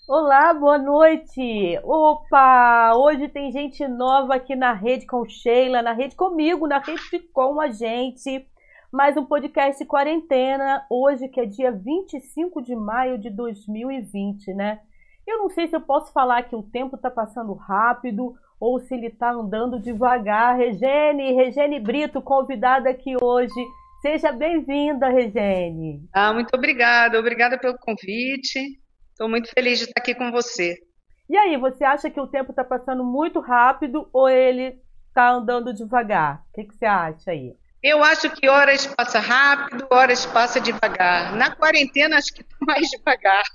Olá, boa noite. Opa, hoje tem gente nova aqui na rede com Sheila, na rede comigo, na rede com a gente. Mais um podcast quarentena, hoje que é dia 25 de maio de 2020, né? Eu não sei se eu posso falar que o tempo tá passando rápido ou se ele tá andando devagar. Regene Brito, convidada aqui hoje. Seja bem-vinda, Regene. Muito obrigada, obrigada pelo convite. Estou muito feliz de estar aqui com você. E aí, você acha que o tempo está passando muito rápido ou ele está andando devagar? O que você acha aí? Eu acho que horas passa rápido, horas passa devagar. Na quarentena, acho que está mais devagar.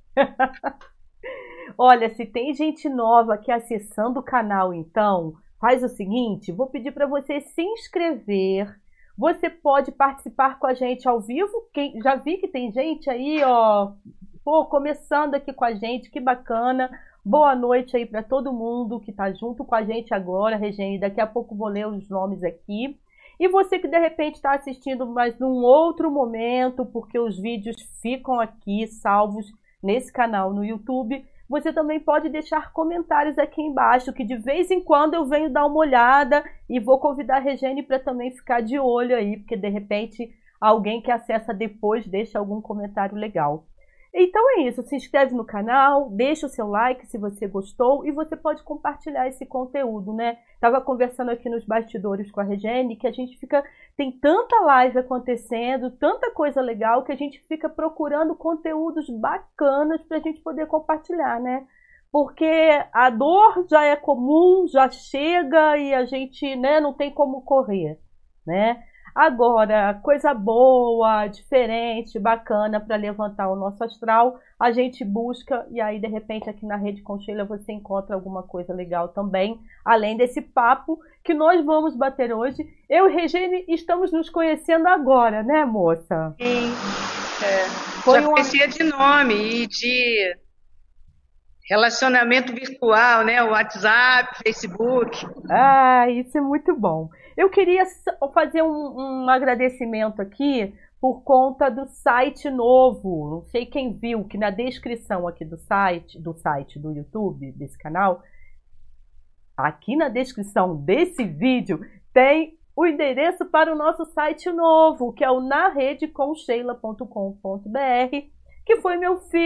Olha, se tem gente nova aqui acessando o canal, então, faz o seguinte, vou pedir para você se inscrever. Você pode participar com a gente ao vivo. Já vi que tem gente aí, ó, pô, começando aqui com a gente, que bacana. Boa noite aí para todo mundo que está junto com a gente agora, Regine. Daqui a pouco vou ler os nomes aqui. E você que de repente está assistindo, mas num outro momento, porque os vídeos ficam aqui salvos nesse canal no YouTube, você também pode deixar comentários aqui embaixo, que de vez em quando eu venho dar uma olhada e vou convidar a Regine para também ficar de olho aí, porque de repente alguém que acessa depois deixa algum comentário legal. Então é isso, se inscreve no canal, deixa o seu like se você gostou e você pode compartilhar esse conteúdo, né? Tava conversando aqui nos bastidores com a Regine que a gente tem tanta live acontecendo, tanta coisa legal que a gente fica procurando conteúdos bacanas para a gente poder compartilhar, né? Porque a dor já é comum, já chega e a gente, né, não tem como correr, né? Agora, coisa boa, diferente, bacana para levantar o nosso astral, a gente busca e aí de repente aqui na Rede com Sheila você encontra alguma coisa legal também, além desse papo que nós vamos bater hoje. Eu e Regine estamos nos conhecendo agora, né, moça? Sim, é. Foi Já uma conhecia de nome e de relacionamento virtual, né? WhatsApp, Facebook. Isso é muito bom. Eu queria fazer um agradecimento aqui por conta do site novo. Não sei quem viu que na descrição aqui do site do YouTube, desse canal, aqui na descrição desse vídeo tem o endereço para o nosso site novo, que é o naredecomsheila.com.br, que foi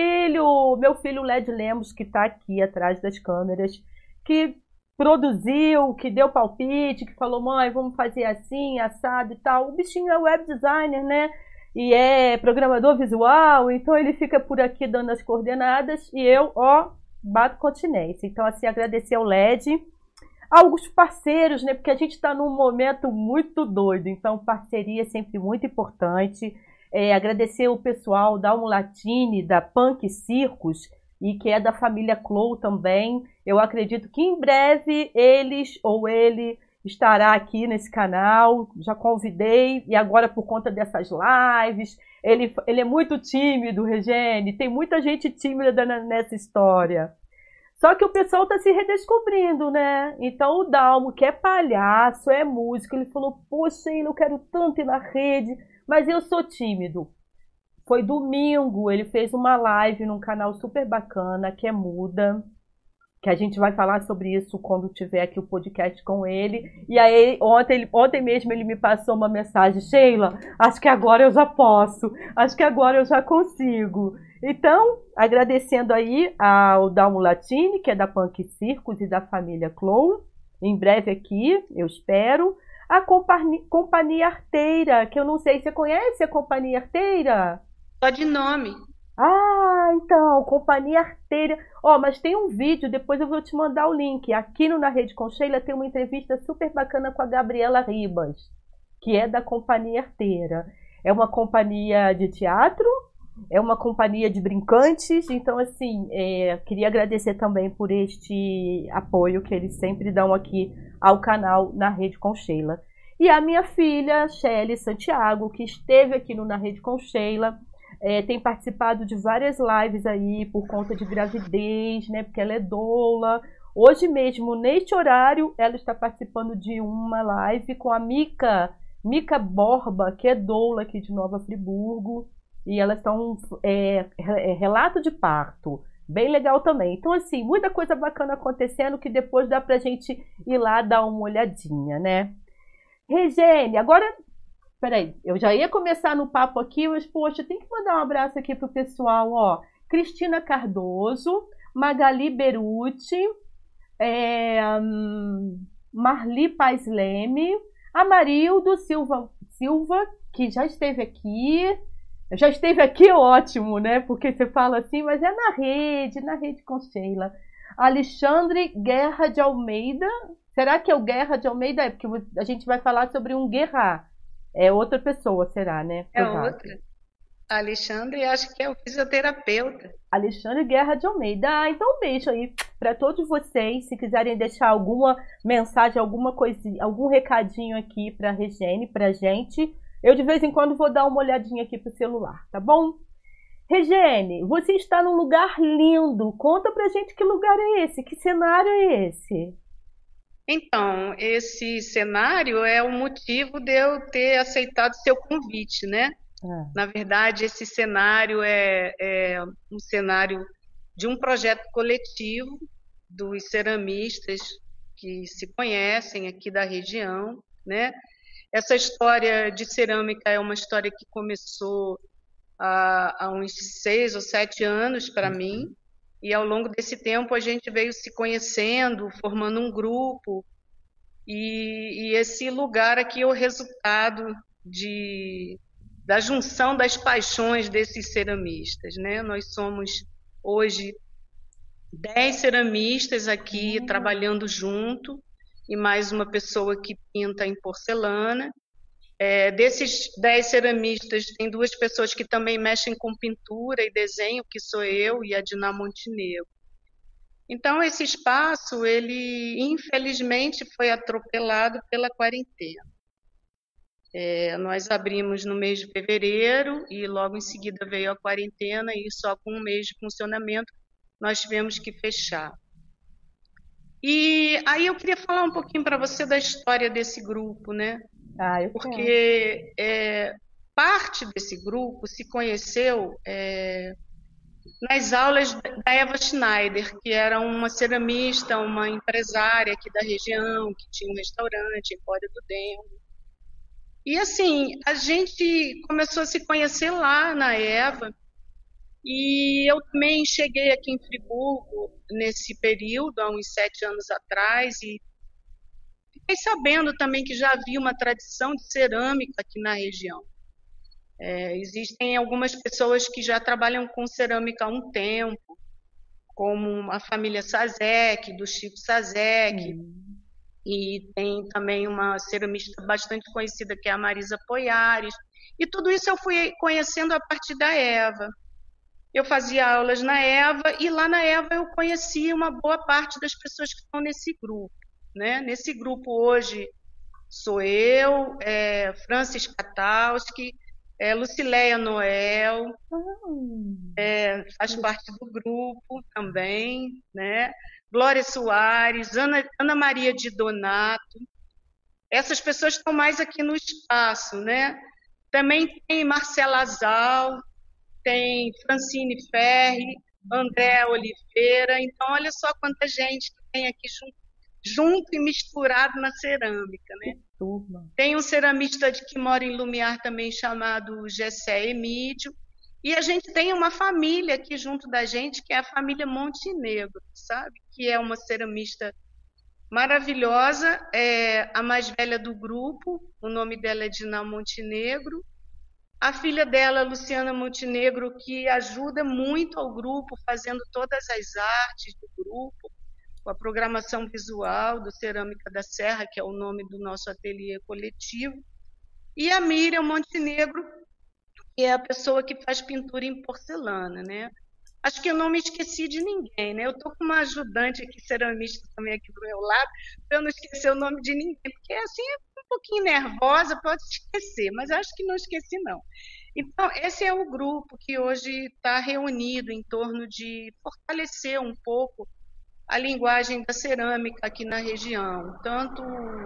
meu filho Led Lemos, que está aqui atrás das câmeras, que produziu, que deu palpite, que falou, mãe, vamos fazer assim, assado e tal. O bichinho é web designer, né? E é programador visual, então ele fica por aqui dando as coordenadas e eu, ó, bato continência. Então, assim, agradecer ao LED, alguns parceiros, né? Porque a gente está num momento muito doido, então parceria é sempre muito importante. Agradecer o pessoal da Mulatini, da Punk Circus, e que é da família Clow também. Eu acredito que em breve eles ou ele estará aqui nesse canal. Já convidei, e agora por conta dessas lives, ele é muito tímido, Regine, tem muita gente tímida nessa história. Só que o pessoal está se redescobrindo, né? Então o Dalmo, que é palhaço, é músico, ele falou, poxa, eu quero tanto ir na rede, mas eu sou tímido. Foi domingo, ele fez uma live num canal super bacana, que é Muda, que a gente vai falar sobre isso quando tiver aqui o podcast com ele. E aí, ontem mesmo ele me passou uma mensagem, Sheila, acho que agora eu já posso, acho que agora eu já consigo. Então, agradecendo aí ao Dalmo Latini, que é da Punk Circus e da família Clow, em breve aqui, eu espero. A Companhia Arteira, que eu não sei se você conhece a Companhia Arteira. Só de nome. Então, Companhia Arteira. Ó, mas tem um vídeo, depois eu vou te mandar o link. Aqui no Na Rede com Sheila tem uma entrevista super bacana com a Gabriela Ribas, que é da Companhia Arteira. É uma companhia de teatro, é uma companhia de brincantes. Então, assim, queria agradecer também por este apoio que eles sempre dão aqui ao canal Na Rede com Sheila. E a minha filha, Shelly Santiago, que esteve aqui no Na Rede com Sheila, tem participado de várias lives aí por conta de gravidez, né? Porque ela é doula. Hoje mesmo, neste horário, ela está participando de uma live com a Mica Borba, que é doula aqui de Nova Friburgo. E elas estão relato de parto. Bem legal também. Então, assim, muita coisa bacana acontecendo que depois dá pra gente ir lá dar uma olhadinha, né? Regene, agora, peraí, eu já ia começar no papo aqui, mas, poxa, tem que mandar um abraço aqui pro pessoal, ó. Cristina Cardoso, Magali Beruti, Marli Paz Leme, Amarildo Silva, que já esteve aqui, ótimo, né? Porque você fala assim, mas é na rede com Sheila. Alexandre Guerra de Almeida, será que é o Guerra de Almeida? É porque a gente vai falar sobre um Guerra, é outra pessoa, será, né? É Provável. outra. Alexandre, acho que é o fisioterapeuta. Alexandre Guerra de Almeida. Ah, então um beijo aí para todos vocês. Se quiserem deixar alguma mensagem, alguma coisinha, algum recadinho aqui para Regene, para gente, eu de vez em quando vou dar uma olhadinha aqui pro celular, tá bom? Regene, você está num lugar lindo. Conta pra gente que lugar é esse, que cenário é esse? Então, esse cenário é o motivo de eu ter aceitado seu convite, né? Ah, Na verdade, esse cenário é um cenário de um projeto coletivo dos ceramistas que se conhecem aqui da região, né? Essa história de cerâmica é uma história que começou há uns 6 ou 7 anos para mim, e ao longo desse tempo a gente veio se conhecendo, formando um grupo, e esse lugar aqui é o resultado da junção das paixões desses ceramistas, né? Nós somos hoje 10 ceramistas aqui trabalhando junto, e mais uma pessoa que pinta em porcelana. Desses 10 ceramistas, tem 2 pessoas que também mexem com pintura e desenho, que sou eu e a Dina Montenegro. Então, esse espaço, ele infelizmente foi atropelado pela quarentena. Nós abrimos no mês de fevereiro e logo em seguida veio a quarentena e só com um mês de funcionamento nós tivemos que fechar. E aí eu queria falar um pouquinho para você da história desse grupo, né? eu quero. Porque parte desse grupo se conheceu nas aulas da Eva Schneider, que era uma ceramista, uma empresária aqui da região, que tinha um restaurante em Empório do Dengo. E assim, a gente começou a se conhecer lá na Eva, e eu também cheguei aqui em Friburgo nesse período, há uns 7 anos atrás, e fiquei sabendo também que já havia uma tradição de cerâmica aqui na região. Existem algumas pessoas que já trabalham com cerâmica há um tempo, como a família Sazek, do Chico Sazek, e tem também uma ceramista bastante conhecida que é a Marisa Poiares, e tudo isso eu fui conhecendo a partir da Eva. Eu fazia aulas na Eva, e lá na Eva eu conheci uma boa parte das pessoas que estão nesse grupo, né? Nesse grupo hoje sou eu, Francis Katowski, Lucileia Noel, faz parte do grupo também, né? Glória Soares, Ana Maria de Donato. Essas pessoas estão mais aqui no espaço, né? Também tem Marcela Zal, tem Francine Ferri, André Oliveira. Então, olha só quanta gente que tem aqui junto e misturado na cerâmica, né? Tem um ceramista que mora em Lumiar também chamado Gessé Emídio. E a gente tem uma família aqui junto da gente, que é a família Montenegro, sabe? Que é uma ceramista maravilhosa, a mais velha do grupo, o nome dela é Dina Montenegro. A filha dela, Luciana Montenegro, que ajuda muito ao grupo, fazendo todas as artes do grupo, com a programação visual do Cerâmica da Serra, que é o nome do nosso ateliê coletivo. E a Miriam Montenegro, que é a pessoa que faz pintura em porcelana, né? Acho que eu não me esqueci de ninguém, né? Eu estou com uma ajudante aqui, ceramista também aqui do meu lado, para eu não esquecer o nome de ninguém, porque assim é um pouquinho nervosa, pode esquecer, mas acho que não esqueci não. Então, esse é o grupo que hoje está reunido em torno de fortalecer um pouco a linguagem da cerâmica aqui na região, tanto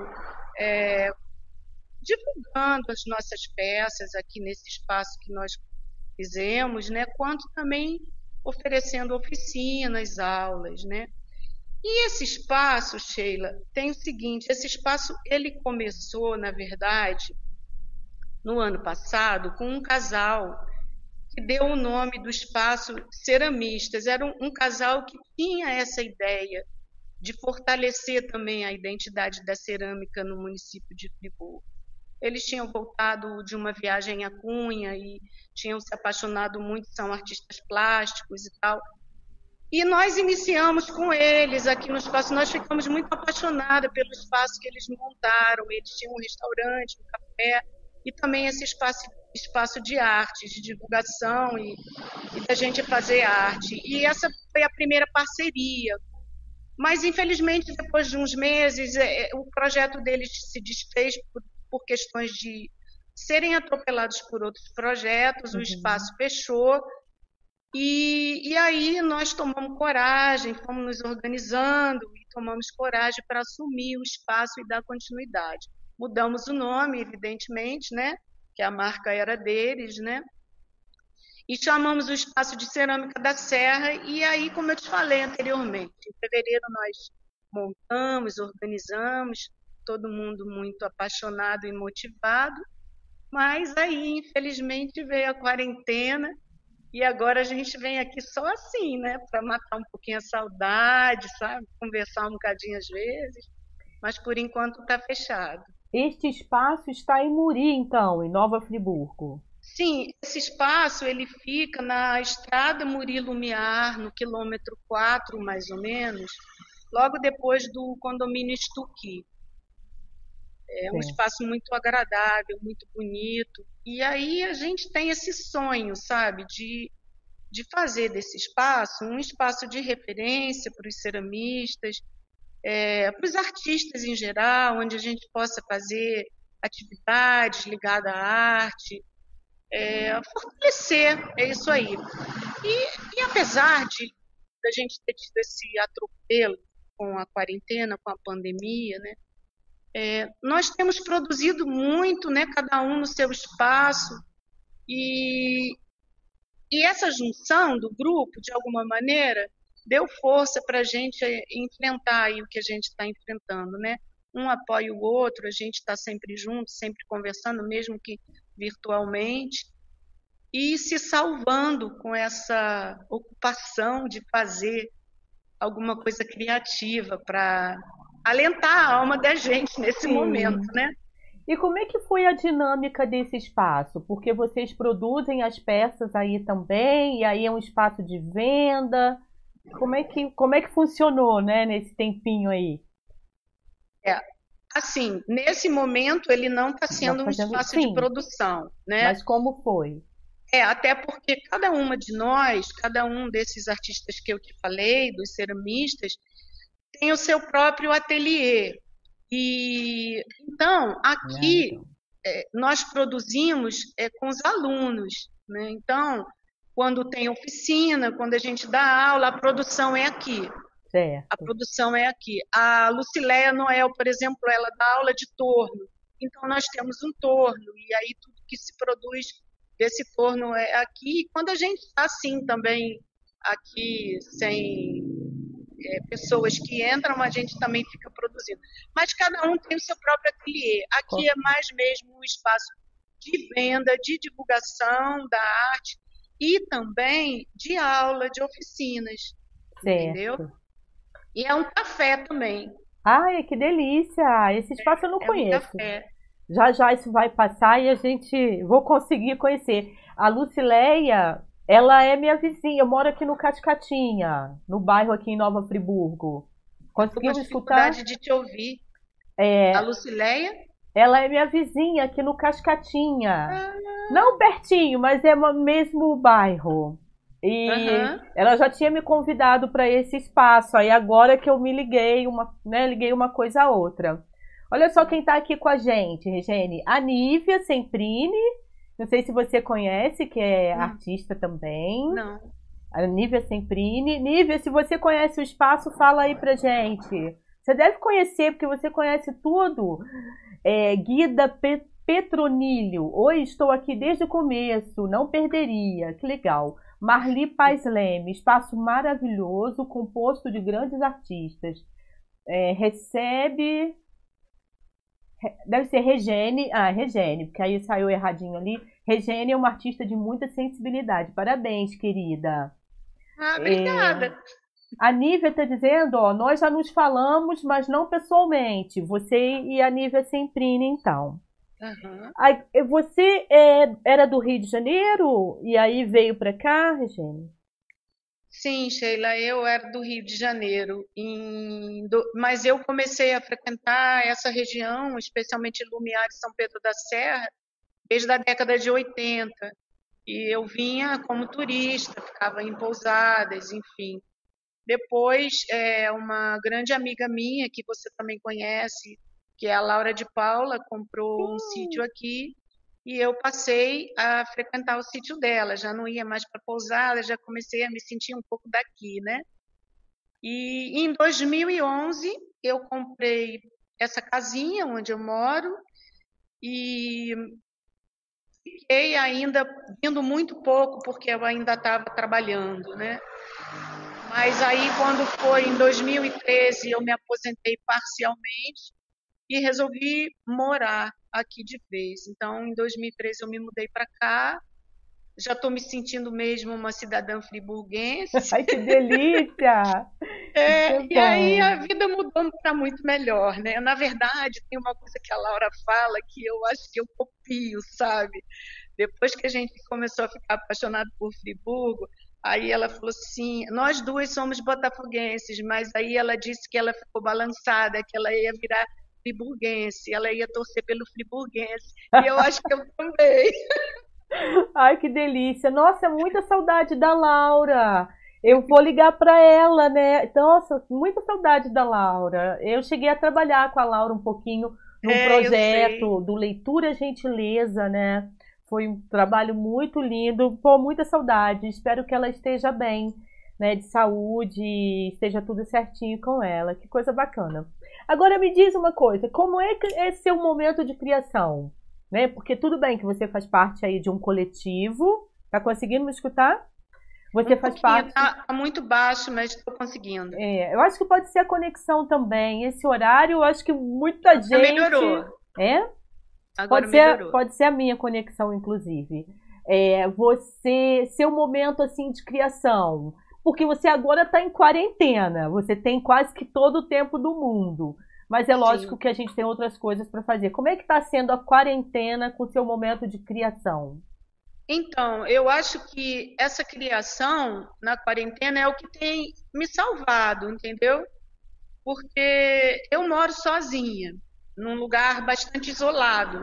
divulgando as nossas peças aqui nesse espaço que nós fizemos, né, quanto também oferecendo oficinas, aulas, né? E esse espaço, Sheila, tem o seguinte, esse espaço ele começou, na verdade, no ano passado, com um casal que deu o nome do espaço Ceramistas. Era um casal que tinha essa ideia de fortalecer também a identidade da cerâmica no município de Friburgo. Eles tinham voltado de uma viagem à Cunha e tinham se apaixonado muito, são artistas plásticos e tal. E nós iniciamos com eles aqui no espaço, nós ficamos muito apaixonadas pelo espaço que eles montaram. Eles tinham um restaurante, um café e também esse espaço de arte, de divulgação e da gente fazer arte. E essa foi a primeira parceria. Mas, infelizmente, depois de uns meses, o projeto deles se desfez por questões de serem atropelados por outros projetos, o espaço fechou. E aí nós tomamos coragem, fomos nos organizando e tomamos coragem para assumir o espaço e dar continuidade. Mudamos o nome, evidentemente, né? Que a marca era deles, né? E chamamos o espaço de Cerâmica da Serra. E aí, como eu te falei anteriormente, em fevereiro nós montamos, organizamos, todo mundo muito apaixonado e motivado. Mas aí, infelizmente, veio a quarentena. E agora a gente vem aqui só assim, né? Para matar um pouquinho a saudade, sabe? Conversar um bocadinho às vezes. Mas por enquanto está fechado. Este espaço está em Muri, então, em Nova Friburgo. Sim, esse espaço ele fica na estrada Muri-Lumiar, no quilômetro 4, mais ou menos, logo depois do condomínio Estuqui. É um espaço muito agradável, muito bonito. E aí a gente tem esse sonho, sabe, de fazer desse espaço um espaço de referência para os ceramistas, para os artistas em geral, onde a gente possa fazer atividades ligadas à arte, fortalecer, é isso aí. E apesar de a gente ter tido esse atropelo com a quarentena, com a pandemia, né? Nós temos produzido muito, né, cada um no seu espaço, e essa junção do grupo, de alguma maneira, deu força para a gente enfrentar aí o que a gente está enfrentando, né? Um apoia o outro, a gente está sempre junto, sempre conversando, mesmo que virtualmente, e se salvando com essa ocupação de fazer alguma coisa criativa para alentar a alma da gente nesse momento, né? E como é que foi a dinâmica desse espaço? Porque vocês produzem as peças aí também, e aí é um espaço de venda. Como é que funcionou, né, nesse tempinho aí? Assim, nesse momento ele não está sendo um espaço de produção, né? Mas como foi? Até porque cada uma de nós, cada um desses artistas que eu te falei, dos ceramistas, tem o seu próprio ateliê. E então, aqui nós produzimos com os alunos, né? Então, quando tem oficina, quando a gente dá aula, a produção é aqui. Certo. A produção é aqui. A Lucileia Noel, por exemplo, ela dá aula de torno. Então, nós temos um torno, e aí tudo que se produz desse torno é aqui. E quando a gente está assim também, aqui, sem pessoas que entram, a gente também fica produzindo. Mas cada um tem o seu próprio ateliê. Aqui é mais mesmo um espaço de venda, de divulgação da arte e também de aula, de oficinas. Certo. Entendeu? E é um café também. Ai, que delícia! Esse espaço eu não conheço. Um café. Já isso vai passar e vou conseguir conhecer. A Lucileia, ela é minha vizinha, eu moro aqui no Cascatinha, no bairro aqui em Nova Friburgo. Conseguiu me escutar? Dificuldade de te ouvir. A Lucileia? Ela é minha vizinha aqui no Cascatinha. Não pertinho, mas é o mesmo bairro. E ela já tinha me convidado para esse espaço. Aí agora que eu me liguei, liguei uma coisa a outra. Olha só quem está aqui com a gente, Regiane. A Nívia Semprini. Não sei se você conhece, que é artista também. Não. A Nívia Semprini. Nívia, se você conhece o espaço, fala aí pra gente. Você deve conhecer, porque você conhece tudo. Guida Petronilho. Oi, estou aqui desde o começo. Não perderia. Que legal. Marli Paz Leme, espaço maravilhoso, composto de grandes artistas. Recebe. Deve ser Regene. Ah, Regene, porque aí saiu erradinho ali. Regene é uma artista de muita sensibilidade. Parabéns, querida. Ah, É, obrigada. a Nívia está dizendo, ó, nós já nos falamos, mas não pessoalmente. Você e a Nívia Semprine, então. Aham. Aí, você era do Rio de Janeiro e aí veio para cá, Regine? Sim, Sheila, eu era do Rio de Janeiro, mas eu comecei a frequentar essa região, especialmente Lumiar e São Pedro da Serra, desde a década de 80. E eu vinha como turista, ficava em pousadas, enfim. Depois, uma grande amiga minha, que você também conhece, que é a Laura de Paula, comprou um sítio Sim. aqui e eu passei a frequentar o sítio dela. Já não ia mais para pousada, já comecei a me sentir um pouco daqui, né? E em 2011 eu comprei essa casinha onde eu moro e fiquei ainda vindo muito pouco porque eu ainda estava trabalhando, né? Mas aí, quando foi em 2013, eu me aposentei parcialmente e resolvi morar aqui de vez. Então, em 2013, eu me mudei para cá. Já estou me sentindo mesmo uma cidadã friburguense. Ai, que delícia! Isso é E aí a bom. vida mudou para muito melhor, né? Na verdade, tem uma coisa que a Laura fala que eu acho que eu copio, sabe? Depois que a gente começou a ficar apaixonado por Friburgo, aí ela falou assim: nós duas somos botafoguenses, mas aí ela disse que ela ficou balançada, que ela ia virar friburguense, ela ia torcer pelo friburguense, e eu acho que eu também. Ai, que delícia. Nossa, muita saudade da Laura. Eu vou ligar para ela, né? Nossa, muita saudade da Laura. Eu cheguei a trabalhar com a Laura um pouquinho num Eu sei. projeto do Leitura Gentileza, né? Foi um trabalho muito lindo. Pô, muita saudade. Espero que ela esteja bem, né? De saúde, esteja tudo certinho com ela. Que coisa bacana. Agora me diz uma coisa, como é que é seu momento de criação? Né? Porque tudo bem que você faz parte aí de um coletivo. Tá conseguindo me escutar? Um Você faz pouquinho, parte. tá muito baixo, mas estou conseguindo. Eu acho que pode ser a conexão também. Esse horário, eu acho que muita Agora gente. melhorou. É? Agora melhorou. Pode ser a minha conexão, inclusive. Seu momento assim de criação. Porque você agora está em quarentena. Você tem quase que todo o tempo do mundo. Mas é lógico Sim. que a gente tem outras coisas para fazer. Como é que está sendo a quarentena com o seu momento de criação? Então, eu acho que essa criação na quarentena é o que tem me salvado, entendeu? Porque eu moro sozinha, num lugar bastante isolado.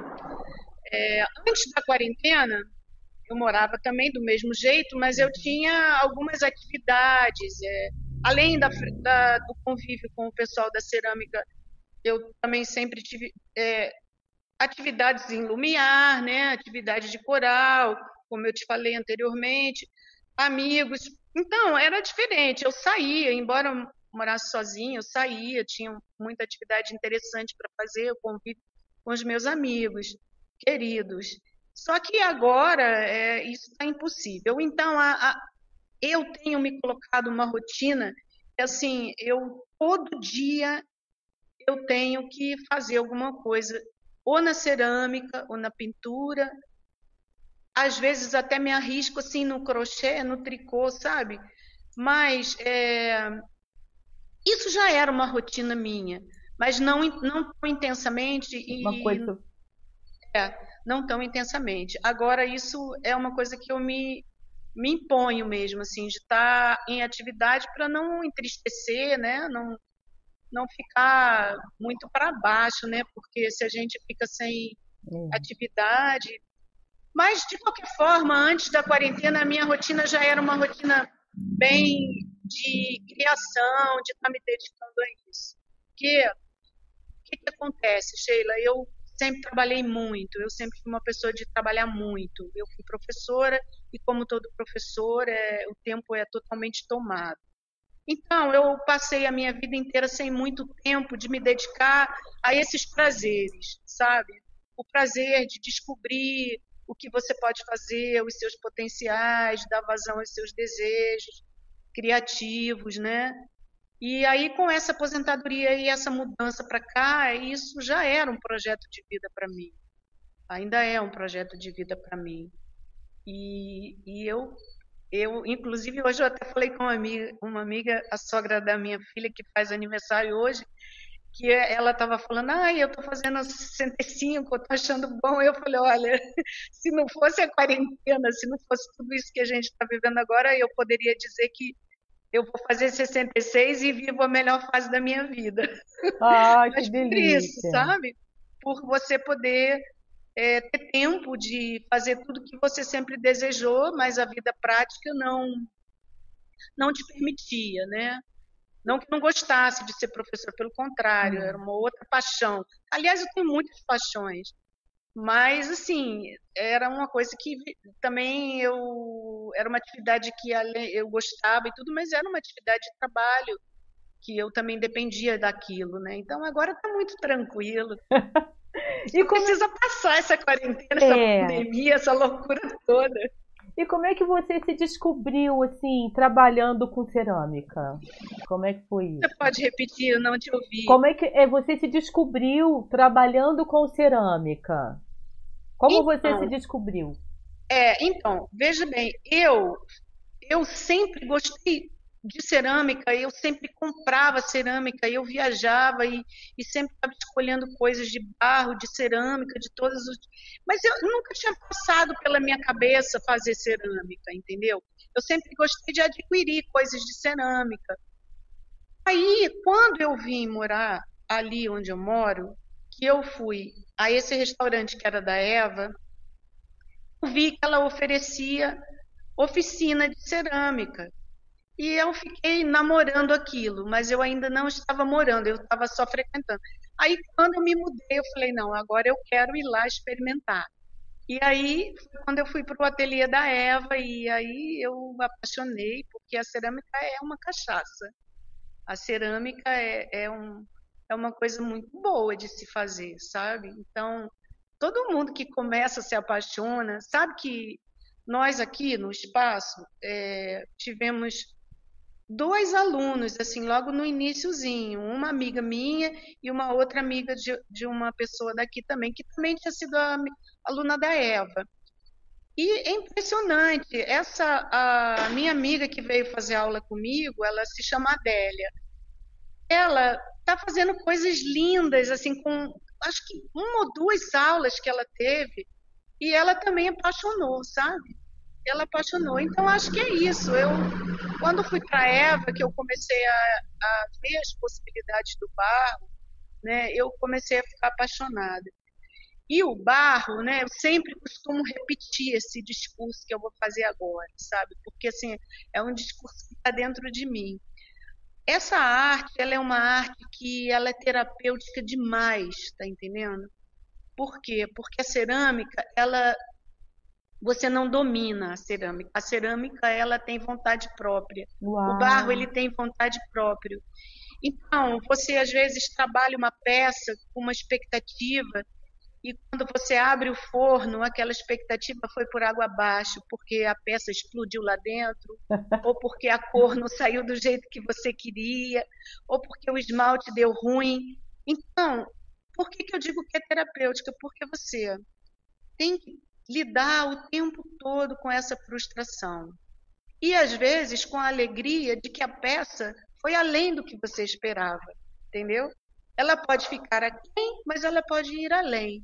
Antes da quarentena, eu morava também do mesmo jeito, mas eu tinha algumas atividades. Além do convívio com o pessoal da cerâmica, eu também sempre tive atividades em Lumiar, né? Atividade de coral, como eu te falei anteriormente, amigos. Então, era diferente. Eu saía, embora eu morasse sozinha, eu saía, tinha muita atividade interessante para fazer, eu convivo com os meus amigos queridos. Só que agora isso está impossível. Então, eu tenho me colocado uma rotina que, assim, eu todo dia eu tenho que fazer alguma coisa, ou na cerâmica, ou na pintura. Às vezes até me arrisco assim no crochê, no tricô, sabe? Mas isso já era uma rotina minha, mas não tão intensamente Uma e coisa. não tão intensamente. Agora isso é uma coisa que me imponho mesmo, assim, de estar em atividade para não entristecer, né? Não ficar muito para baixo, né? Porque se a gente fica sem É. atividade. Mas, de qualquer forma, antes da quarentena, a minha rotina já era uma rotina bem de criação, de estar me dedicando a isso. Porque, o que acontece, Sheila? Eu sempre trabalhei muito, eu sempre fui uma pessoa de trabalhar muito. Eu fui professora e, como todo professor, o tempo é totalmente tomado. Então, eu passei a minha vida inteira sem muito tempo de me dedicar a esses prazeres, sabe? O prazer de descobrir. o que você pode fazer, os seus potenciais, dar vazão aos seus desejos criativos, né? E aí, com essa aposentadoria e essa mudança para cá, isso já era um projeto de vida para mim. Ainda é um projeto de vida para mim. E eu, inclusive, hoje eu até falei com uma amiga, a sogra da minha filha, que faz aniversário hoje, que ela estava falando, eu estou fazendo 65, eu estou achando bom. Eu falei, olha, se não fosse a quarentena, se não fosse tudo isso que a gente está vivendo agora, eu poderia dizer que eu vou fazer 66 e vivo a melhor fase da minha vida. Ai, que Mas por isso, delícia. sabe? Por você poder ter tempo de fazer tudo que você sempre desejou, mas a vida prática não te permitia, né? Não que não gostasse de ser professor, pelo contrário, era Hum. uma outra paixão. Aliás, eu tenho muitas paixões, mas assim, era uma coisa que também era uma atividade que eu gostava e tudo, mas era uma atividade de trabalho que eu também dependia daquilo, né? Então agora está muito tranquilo. E Só como precisa passar essa quarentena, essa é, pandemia, essa loucura toda. e como é que você se descobriu assim, trabalhando com cerâmica? Como é que foi Você isso? pode repetir? Eu não te ouvi. Como é que você se descobriu trabalhando com cerâmica? Como você se Então, descobriu? veja bem, eu sempre gostei de cerâmica, eu sempre comprava cerâmica, eu viajava e sempre estava escolhendo coisas de barro, de cerâmica, de todos os. Mas eu nunca tinha passado pela minha cabeça fazer cerâmica, entendeu? Eu sempre gostei de adquirir coisas de cerâmica. Aí, quando eu vim morar ali onde eu moro, que eu fui a esse restaurante que era da Eva, eu vi que ela oferecia oficina de cerâmica. E eu fiquei namorando aquilo, mas eu ainda não estava morando, eu estava só frequentando. Aí, quando eu me mudei, eu falei: não, agora eu quero ir lá experimentar. E aí, foi quando eu fui para o ateliê da Eva, e aí eu me apaixonei, porque a cerâmica é uma cachaça. A cerâmica é uma coisa muito boa de se fazer, sabe? Então, todo mundo que começa se apaixona. Sabe que nós aqui no espaço tivemos dois alunos, assim, logo no iniciozinho, uma amiga minha e uma outra amiga de uma pessoa daqui também, que também tinha sido aluna da Eva. E é impressionante, a minha amiga que veio fazer aula comigo, ela se chama Adélia. Ela está fazendo coisas lindas, assim, com acho que uma ou duas aulas que ela teve, e ela também apaixonou, sabe? Ela apaixonou. Então, acho que é isso. Quando fui para a Eva, que eu comecei a ver as possibilidades do barro, né, eu comecei a ficar apaixonada. E o barro, né, eu sempre costumo repetir esse discurso que eu vou fazer agora, sabe? Porque, assim, é um discurso que está dentro de mim. Essa arte, ela é uma arte que ela é terapêutica demais, tá entendendo? Por quê? Porque a cerâmica, você não domina a cerâmica. A cerâmica, ela tem vontade própria. O barro, Uau! ele tem vontade própria. Então, você às vezes trabalha uma peça com uma expectativa e quando você abre o forno, aquela expectativa foi por água abaixo, porque a peça explodiu lá dentro, ou porque a cor não saiu do jeito que você queria, ou porque o esmalte deu ruim. Então, por que eu digo que é terapêutica? Porque você tem que lidar o tempo todo com essa frustração. E às vezes com a alegria de que a peça foi além do que você esperava, entendeu? Ela pode ficar aquém, mas ela pode ir além.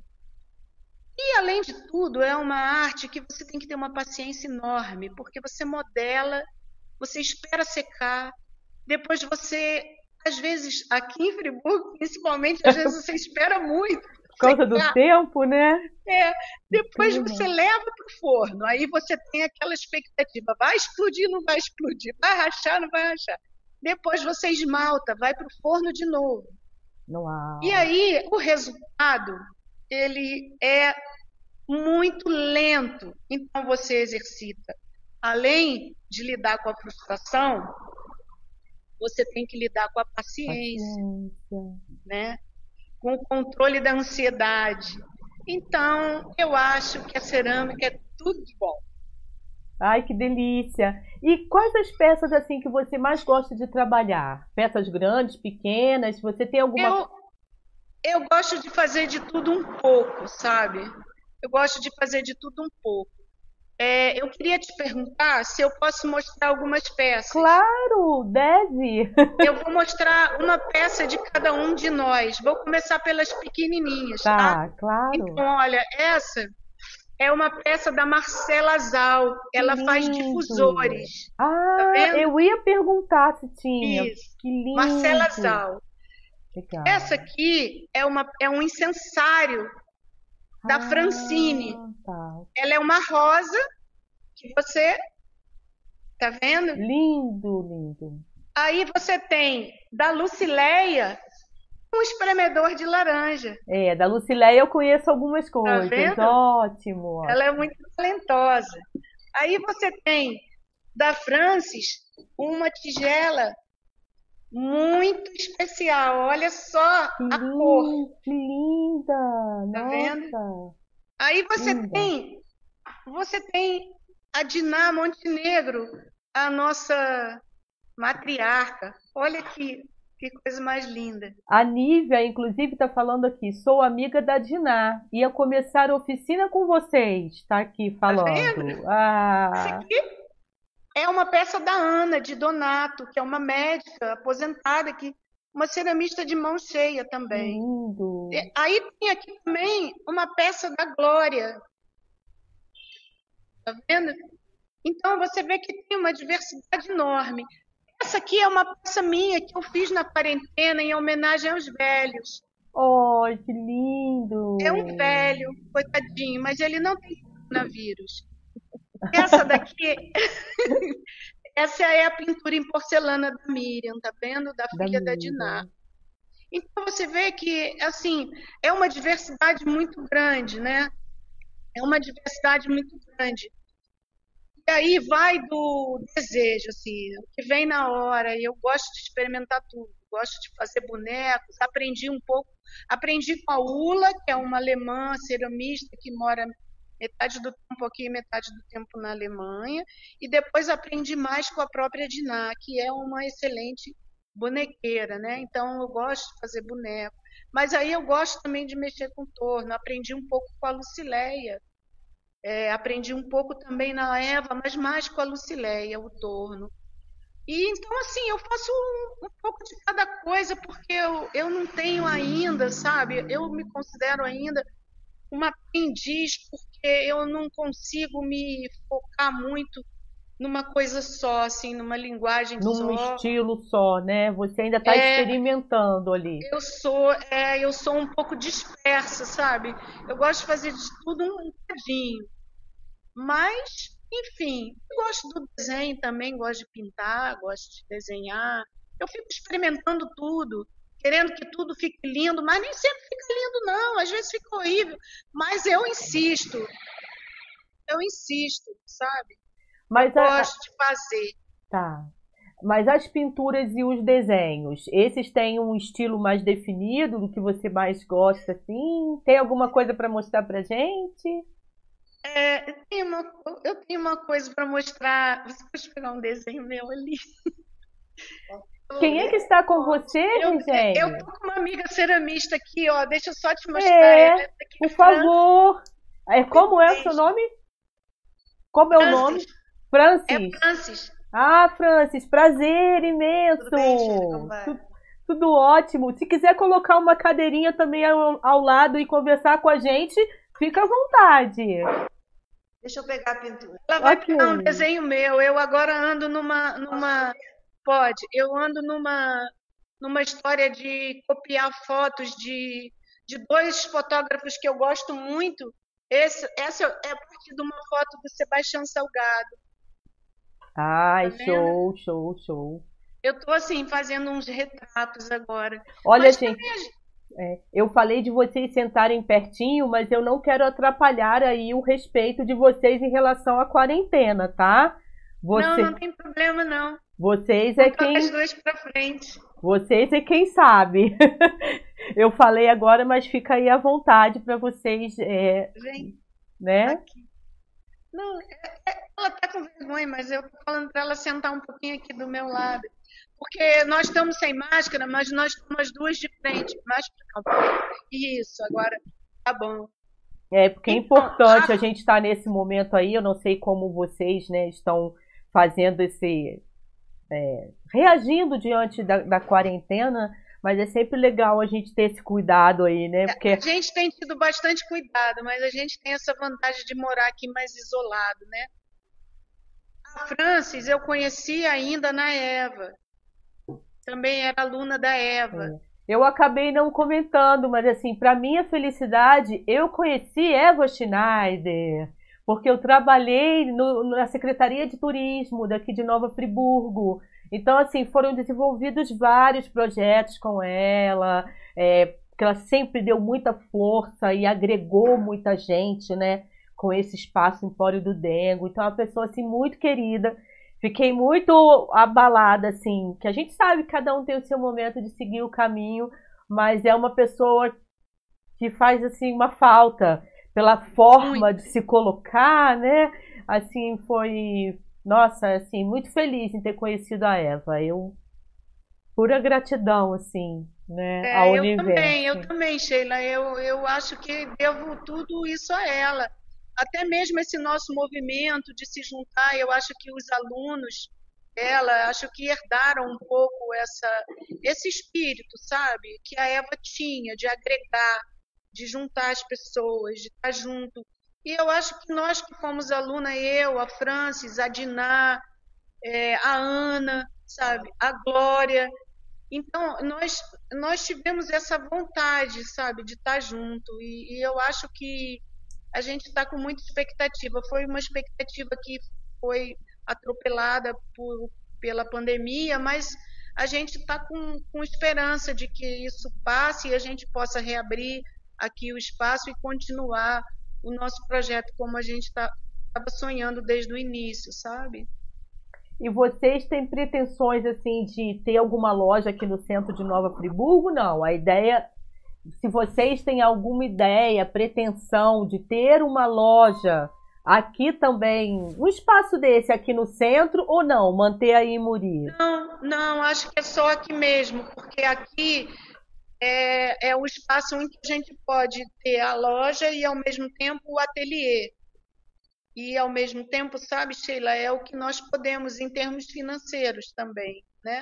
E além de tudo, é uma arte que você tem que ter uma paciência enorme, porque você modela, você espera secar, depois você, às vezes, aqui em Friburgo, principalmente, às vezes você espera muito Por causa do secar. tempo, né? É, depois você Clima. leva para o forno, aí você tem aquela expectativa, vai explodir, não vai explodir, vai rachar, não vai rachar. Depois você esmalta, vai para o forno de novo. E Uau! aí o resultado, ele é muito lento. Então você exercita. Além de lidar com a frustração, você tem que lidar com a paciência, Paciência. né? Com o controle da ansiedade. Então, eu acho que a cerâmica é tudo de bom. Ai, que delícia! E quais as peças assim que você mais gosta de trabalhar? Peças grandes, pequenas? Você tem alguma... Eu, eu gosto de fazer de tudo um pouco, sabe? Eu gosto de fazer de tudo um pouco. Eu queria te perguntar se eu posso mostrar algumas peças. Claro, deve. Eu vou mostrar uma peça de cada um de nós. Vou começar pelas pequenininhas, tá? Tá, claro. Então, olha, essa é uma peça da Marcela Zal. Que Ela faz lindo. difusores, tá Ah, vendo? eu ia perguntar se tinha. Isso. Que Marcela lindo. Zal. Essa Legal. aqui é um incensário da Francine. Ah, tá. Ela é uma rosa que você tá vendo? Lindo, lindo. Aí você tem da Lucileia um espremedor de laranja. É, da Lucileia eu conheço algumas Tá coisas. vendo? Ótimo, Ela é ótimo. muito talentosa. Aí você tem da Francis uma tigela muito especial. Olha só a cor, Que linda! tá vendo? Nossa, Aí linda. você tem a Diná Montenegro, a nossa matriarca. Olha que coisa mais linda. A Nívia, inclusive, está falando aqui. Sou amiga da Diná. Ia começar a oficina com vocês. Está aqui Tá vendo? falando. Esse Ah, aqui é uma peça da Ana de Donato, que é uma médica aposentada que uma ceramista de mão cheia que também. lindo. Aí tem aqui também uma peça da Glória, tá vendo? Então você vê que tem uma diversidade enorme. Essa aqui é uma peça minha que eu fiz na quarentena em homenagem aos velhos. Oh, que É um lindo. velho, coitadinho, mas ele não tem coronavírus. Essa daqui, essa é a pintura em porcelana da Miriam, tá vendo? Da Da filha da Diná. Miriam. Então você vê que, assim, é uma diversidade muito grande, né? É uma diversidade muito grande. E aí vai do desejo, assim, o que vem na hora. E eu gosto de experimentar tudo. Gosto de fazer bonecos. Aprendi um pouco. Aprendi com a Ula, que é uma alemã ceramista que mora metade do tempo aqui e metade do tempo na Alemanha. E depois aprendi mais com a própria Diná, que é uma excelente bonequeira, né? Então eu gosto de fazer boneco. Mas aí eu gosto também de mexer com torno. Aprendi um pouco com a Lucileia. Aprendi um pouco também na Eva, mas mais com a Lucileia, o torno. E então, assim, eu faço um pouco de cada coisa, porque eu não tenho ainda, sabe? Eu me considero ainda uma aprendiz, porque eu não consigo me focar muito numa coisa só, assim, numa linguagem Num só. estilo só, né? Você ainda está É, experimentando ali. eu sou um pouco dispersa, sabe? Eu gosto de fazer de tudo um bocadinho. Mas, enfim, eu gosto do desenho também, gosto de pintar, gosto de desenhar. Eu fico experimentando tudo, querendo que tudo fique lindo, mas nem sempre fica lindo, não. Às vezes fica horrível. Mas eu insisto, sabe? Eu Mas gosto de fazer. tá. Mas as pinturas e os desenhos, esses têm um estilo mais definido do que você mais gosta, assim? Tem alguma coisa para mostrar pra gente? Eu tenho uma coisa para mostrar. Você pode pegar um desenho meu ali? Quem é que está com você, Eu Regênia? tô com uma amiga ceramista aqui, ó. Deixa eu só te mostrar ela. É, Essa aqui é por Fran. favor. Como é o seu nome? Como é o nome? Francis. É Francis. Francis. Ah, Francis, prazer imenso. Tudo bem, Júlia? Como vai? Tudo ótimo. Se quiser colocar uma cadeirinha também ao lado e conversar com a gente, fica à vontade. Deixa eu pegar a pintura. Ela vai Ok. pegar um desenho meu. Eu agora ando pode. Eu ando numa história de copiar fotos de dois fotógrafos que eu gosto muito. Essa é a partir de uma foto do Sebastião Salgado, tá Ai, vendo? show, show, show. Eu tô assim fazendo uns retratos agora. Olha, Mas gente, também eu falei de vocês sentarem pertinho, mas eu não quero atrapalhar aí o respeito de vocês em relação à quarentena, tá? não Você, tem problema não. vocês é Vamos tocar as quem, duas para frente. vocês é quem sabe. Eu falei agora, mas fica aí à vontade para vocês, Vem né? aqui. Não, ela tá com vergonha, mas eu tô falando para ela sentar um pouquinho aqui do meu lado. Porque nós estamos sem máscara, mas nós estamos as duas de frente. Mais pra cá. Isso, agora tá bom. É, porque é Então, importante a gente estar nesse momento aí. Eu não sei como vocês, né, estão fazendo reagindo diante da quarentena, mas é sempre legal a gente ter esse cuidado aí, né? a Porque gente tem tido bastante cuidado, mas a gente tem essa vantagem de morar aqui mais isolado, né? A Francis eu conheci ainda na Eva. Também era aluna da Eva. eu acabei não comentando, mas assim, para minha felicidade, eu conheci Eva Schneider, porque eu trabalhei na Secretaria de Turismo daqui de Nova Friburgo. Então, assim, foram desenvolvidos vários projetos com ela, que ela sempre deu muita força e agregou muita gente, né, com esse espaço Empório do Dengo. Então, é uma pessoa assim muito querida. Fiquei muito abalada, assim, que a gente sabe que cada um tem o seu momento de seguir o caminho, mas é uma pessoa que faz, assim, uma falta pela forma Muito. de se colocar, né? Assim, foi, nossa, assim, muito feliz em ter conhecido a Eva. Eu, pura gratidão, assim, né, ao Eu universo. também, Sheila. Eu acho que devo tudo isso a ela. Até mesmo esse nosso movimento de se juntar, eu acho que os alunos dela, acho que herdaram um pouco esse espírito, sabe? Que a Eva tinha, de agregar, de juntar as pessoas, de estar junto. E eu acho que nós que fomos aluna, eu, a Francis, a Diná, a Ana, sabe? A Glória. Então, nós tivemos essa vontade, sabe, de estar junto. E eu acho que a gente está com muita expectativa. Foi uma expectativa que foi atropelada pela pandemia, mas a gente está com esperança de que isso passe e a gente possa reabrir aqui o espaço e continuar o nosso projeto como a gente estava sonhando desde o início, sabe? E vocês têm pretensões, assim, de ter alguma loja aqui no centro de Nova Friburgo? Não, a ideia, se vocês têm alguma ideia, pretensão de ter uma loja aqui também, um espaço desse aqui no centro, ou não, manter aí em Muri? Não, não, acho que é só aqui mesmo, porque aqui é o espaço em que a gente pode ter a loja e ao mesmo tempo o ateliê. E ao mesmo tempo, sabe, Sheila, é o que nós podemos em termos financeiros também, né?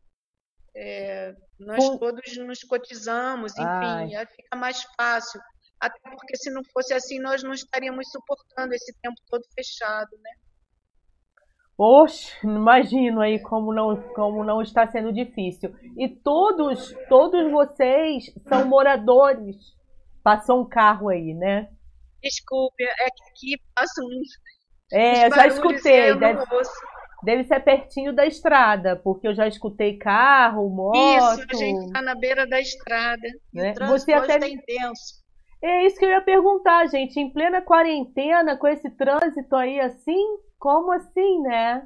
Nós Com... todos nos cotizamos, Ai, enfim, aí fica mais fácil. Até porque se não fosse assim, nós não estaríamos suportando esse tempo todo fechado, né? poxa, imagino aí como não está sendo difícil. E todos vocês são moradores. Passou um carro aí, né? Desculpe, é que aqui passam uns É, eu já barulhos e escutei. eu não ouço. Deve ser pertinho da estrada, porque eu já escutei carro, Isso, a gente moto, está na beira da estrada. E o né? Você trânsito hoje até está intenso. é isso que eu ia perguntar, gente. Em plena quarentena, com esse trânsito aí assim, como assim, né?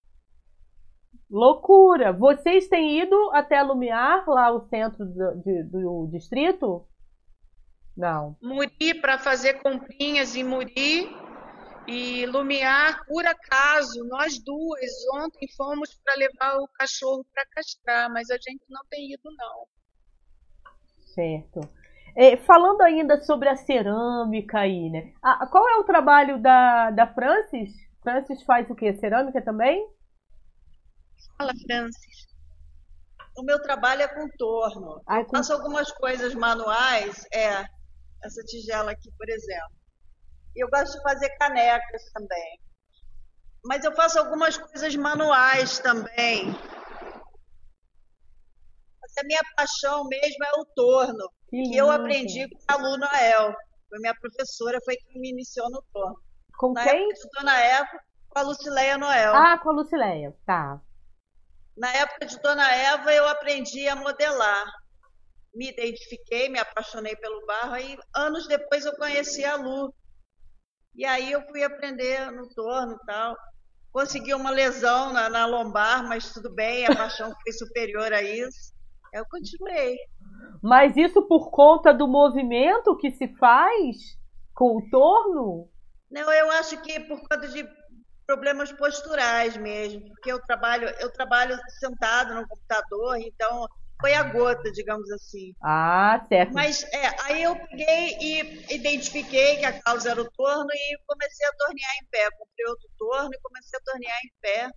Loucura. Vocês têm ido até Lumiar, lá o centro do distrito? Não. Muri para fazer comprinhas em Muri e Lumiar, por acaso, nós duas ontem fomos para levar o cachorro para castrar, mas a gente não tem ido, não. Certo. É, falando ainda sobre a cerâmica aí, né? Qual é o trabalho da Francis? Francis faz o quê? Cerâmica também? Fala, Francis. O meu trabalho é com torno. Ai, Eu faço algumas coisas manuais, essa tigela aqui, por exemplo. E eu gosto de fazer canecas também. Mas eu faço algumas coisas manuais também. Mas a minha paixão mesmo é o torno, que que eu lindo. aprendi com a aluna El. Foi minha professora, foi quem me iniciou no torno. Com Na quem? época de Dona Eva, com a Lucileia Noel. Ah, com a Lucileia. Tá. Na época de Dona Eva, eu aprendi a modelar. Me identifiquei, me apaixonei pelo barro, e anos depois eu conheci a Lu. E aí eu fui aprender no torno e tal. Consegui uma lesão na lombar, mas tudo bem, a paixão foi superior a isso. Eu continuei. Mas isso por conta do movimento que se faz com o torno? Não, eu acho que por conta de problemas posturais mesmo, porque eu trabalho sentado no computador, então foi a gota, digamos assim. Ah, certo. Mas aí eu peguei e identifiquei que a causa era o torno e comecei a tornear em pé. Comprei outro torno e comecei a tornear em pé.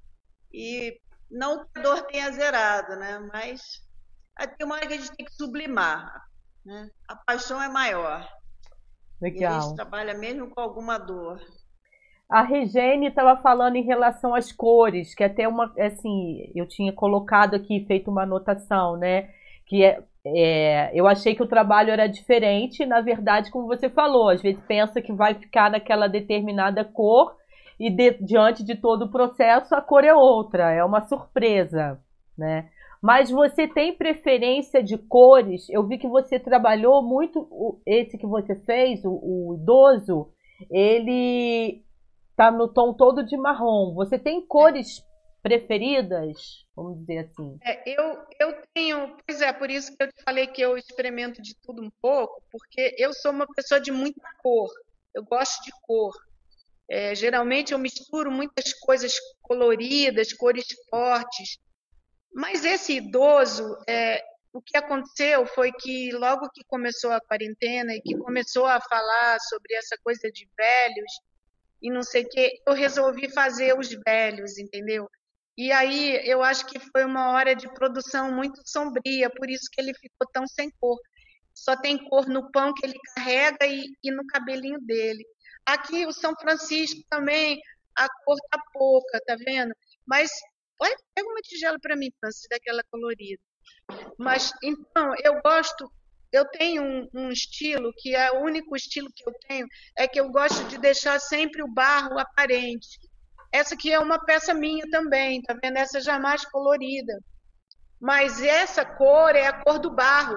E não que a dor tenha zerado, né? Mas tem uma hora que a gente tem que sublimar, né? A paixão é maior e a gente Legal. trabalha mesmo com alguma dor. A Regine estava falando em relação às cores, que até uma, assim, eu tinha colocado aqui, feito uma anotação, né? Que eu achei que o trabalho era diferente, na verdade, como você falou, às vezes pensa que vai ficar naquela determinada cor e diante de todo o processo a cor é outra, é uma surpresa, né? Mas você tem preferência de cores? Eu vi que você trabalhou muito, esse que você fez, o idoso, ele tá no tom todo de marrom. Você tem cores preferidas? Vamos dizer assim. Eu tenho, pois é, por isso que eu te falei que eu experimento de tudo um pouco, porque eu sou uma pessoa de muita cor, eu gosto de cor. Geralmente eu misturo muitas coisas coloridas, cores fortes, mas esse idoso, o que aconteceu foi que logo que começou a quarentena e que começou a falar sobre essa coisa de velhos e não sei o quê, eu resolvi fazer os velhos, entendeu? E aí eu acho que foi uma hora de produção muito sombria, por isso que ele ficou tão sem cor. Só tem cor no pão que ele carrega e no cabelinho dele. Aqui o São Francisco também, a cor tá pouca, tá vendo? Mas olha, pega uma tigela para mim, Francis, daquela colorida. Mas então, eu tenho um estilo que é o único estilo que eu tenho, é que eu gosto de deixar sempre o barro aparente. Essa aqui é uma peça minha também, tá vendo? Essa jamais colorida. Mas essa cor é a cor do barro,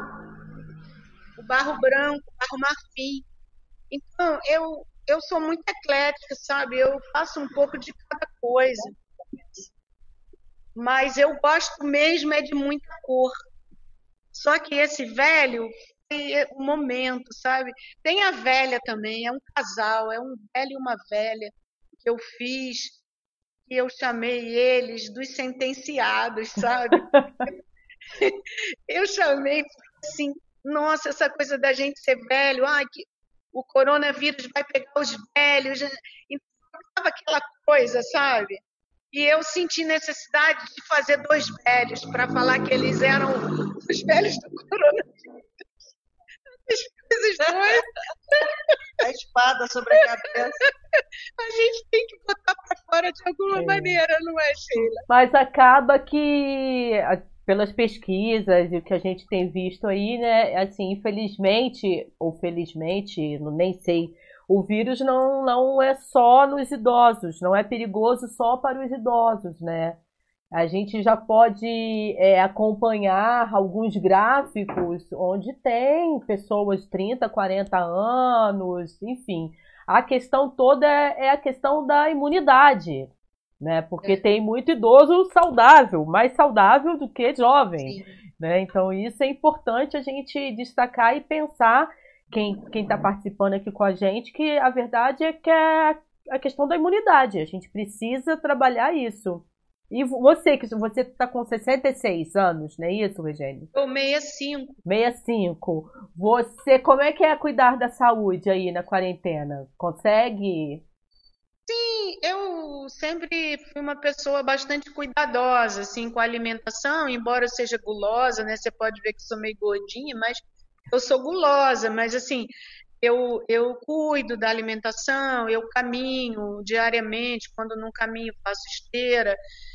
o barro branco, o barro marfim. Então, eu sou muito eclética, sabe? Eu faço um pouco de cada coisa. Mas eu gosto mesmo é de muita cor. Só que esse velho foi o momento, sabe? Tem a velha também, é um casal, é um velho e uma velha que eu fiz, que eu chamei eles dos sentenciados, sabe? Eu chamei assim, nossa, essa coisa da gente ser velho, que o coronavírus vai pegar os velhos, então tava aquela coisa, sabe? E eu senti necessidade de fazer dois velhos para falar que eles eram os velhos do coronavírus. As coisas dois. A espada sobre a cabeça. A gente tem que botar para fora de alguma maneira, não é, Sheila? Mas acaba que, pelas pesquisas e o que a gente tem visto aí, né, assim, infelizmente, ou felizmente, nem sei, o vírus não é só nos idosos, não é perigoso só para os idosos, né? A gente já pode acompanhar alguns gráficos onde tem pessoas de 30, 40 anos, enfim. A questão toda é a questão da imunidade, né? Porque tem muito idoso saudável, mais saudável do que jovem, né? Então isso é importante a gente destacar e pensar, quem está participando aqui com a gente, que a verdade é que é a questão da imunidade. A gente precisa trabalhar isso. E você, que você está com 66 anos, não é isso, Regine? Eu 65. 65. Você, como é que é cuidar da saúde aí na quarentena? Consegue? Sim, eu sempre fui uma pessoa bastante cuidadosa, assim, com a alimentação, embora eu seja gulosa, né? Você pode ver que sou meio gordinha, mas eu sou gulosa, mas assim, eu cuido da alimentação, eu caminho diariamente, quando não caminho, faço esteira.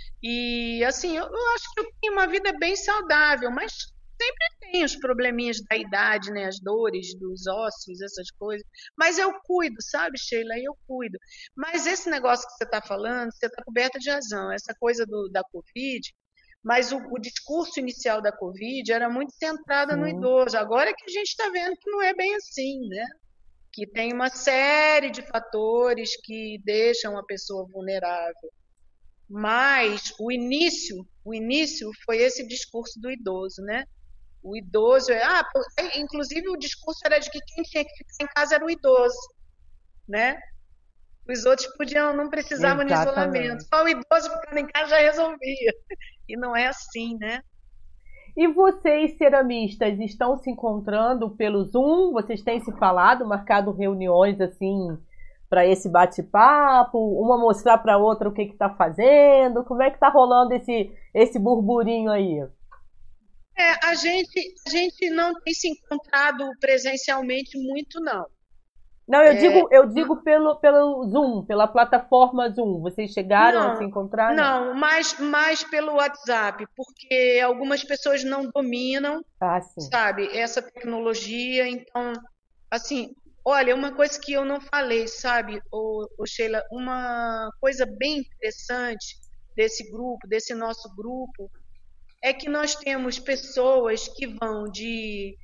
E assim, eu acho que eu tenho uma vida bem saudável, mas sempre tem os probleminhas da idade, né? As dores dos ossos, essas coisas. Mas eu cuido, sabe, Sheila? Eu cuido. Mas esse negócio que você está falando, você está coberta de razão. Essa coisa da Covid, mas o discurso inicial da Covid era muito centrado no Sim. idoso. Agora é que a gente está vendo que não é bem assim, né? Que tem uma série de fatores que deixam a pessoa vulnerável. Mas o início foi esse discurso do idoso, né? O idoso inclusive o discurso era de que quem tinha que ficar em casa era o idoso, né? Os outros não precisavam de isolamento. Exatamente. Só o idoso ficando em casa já resolvia. E não é assim, né? E vocês, ceramistas, estão se encontrando pelo Zoom? Vocês têm se falado, marcado reuniões assim para esse bate-papo? Uma mostrar para outra o que está fazendo? Como é que está rolando esse burburinho aí? A gente não tem se encontrado presencialmente muito, não. Não, eu digo pelo Zoom, pela plataforma Zoom. Vocês chegaram a se Não, encontrar? Não. não, mais pelo WhatsApp, porque algumas pessoas não dominam, Ah, sim. sabe, essa tecnologia. Então, assim, olha, uma coisa que eu não falei, sabe, Sheila, uma coisa bem interessante desse nosso grupo, é que nós temos pessoas que vão de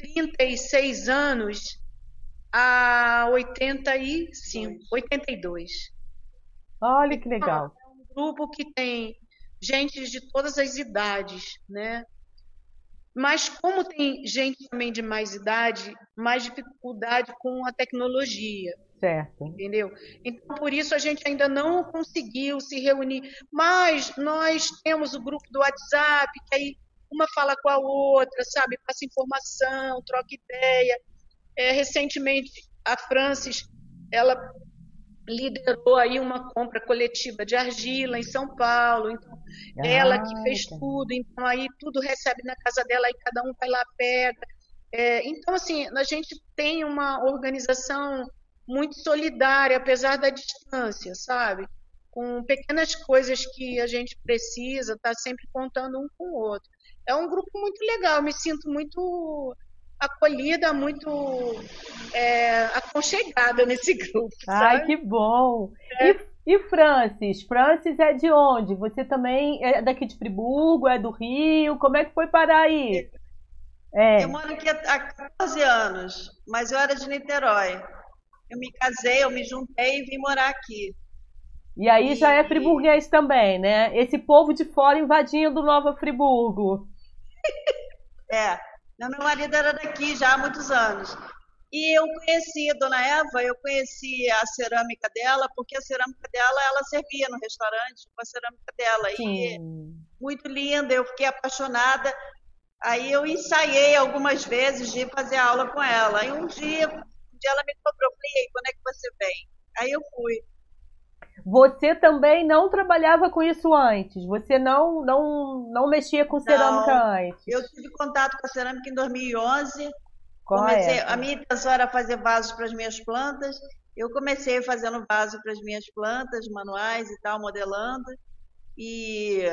36 anos a 85, 82. Olha que Então, legal. é um grupo que tem gente de todas as idades, né? Mas como tem gente também de mais idade, mais dificuldade com a tecnologia, Certo. entendeu? Então, por isso a gente ainda não conseguiu se reunir. Mas nós temos o grupo do WhatsApp, que aí uma fala com a outra, sabe? Passa informação, troca ideia. Recentemente, a Francis, ela liderou aí uma compra coletiva de argila em São Paulo. Então, ela que Ah, fez tudo. Então, aí tudo recebe na casa dela e cada um vai lá pega. Então, assim, a gente tem uma organização muito solidária, apesar da distância, sabe? Com pequenas coisas que a gente precisa, tá sempre contando um com o outro. É um grupo muito legal, eu me sinto muito acolhida, muito aconchegada nesse grupo, ai, sabe? que bom. E Francis? Francis é de onde? Você também é daqui de Friburgo, é do Rio? Como é que foi parar aí? Eu É. moro aqui há 14 anos, mas eu era de Niterói. Eu me casei, eu me juntei e vim morar aqui. E aí já é E friburguês também, né? Esse povo de fora invadindo Nova Friburgo. é, meu marido era daqui já há muitos anos. E eu conheci a Dona Eva, eu conheci a cerâmica dela, porque a cerâmica dela, ela servia no restaurante com a cerâmica dela. E Sim. muito linda, eu fiquei apaixonada. Aí eu ensaiei algumas vezes de fazer aula com ela. Aí um dia ela me cobrou, eu falei, e aí, quando é que você vem? Aí eu fui. Você também não trabalhava com isso antes? Você não mexia com cerâmica Não, antes? eu tive contato com a cerâmica em 2011. A Correto. minha intenção era fazer vasos para as minhas plantas. Eu comecei fazendo vaso para as minhas plantas, manuais e tal, modelando. E,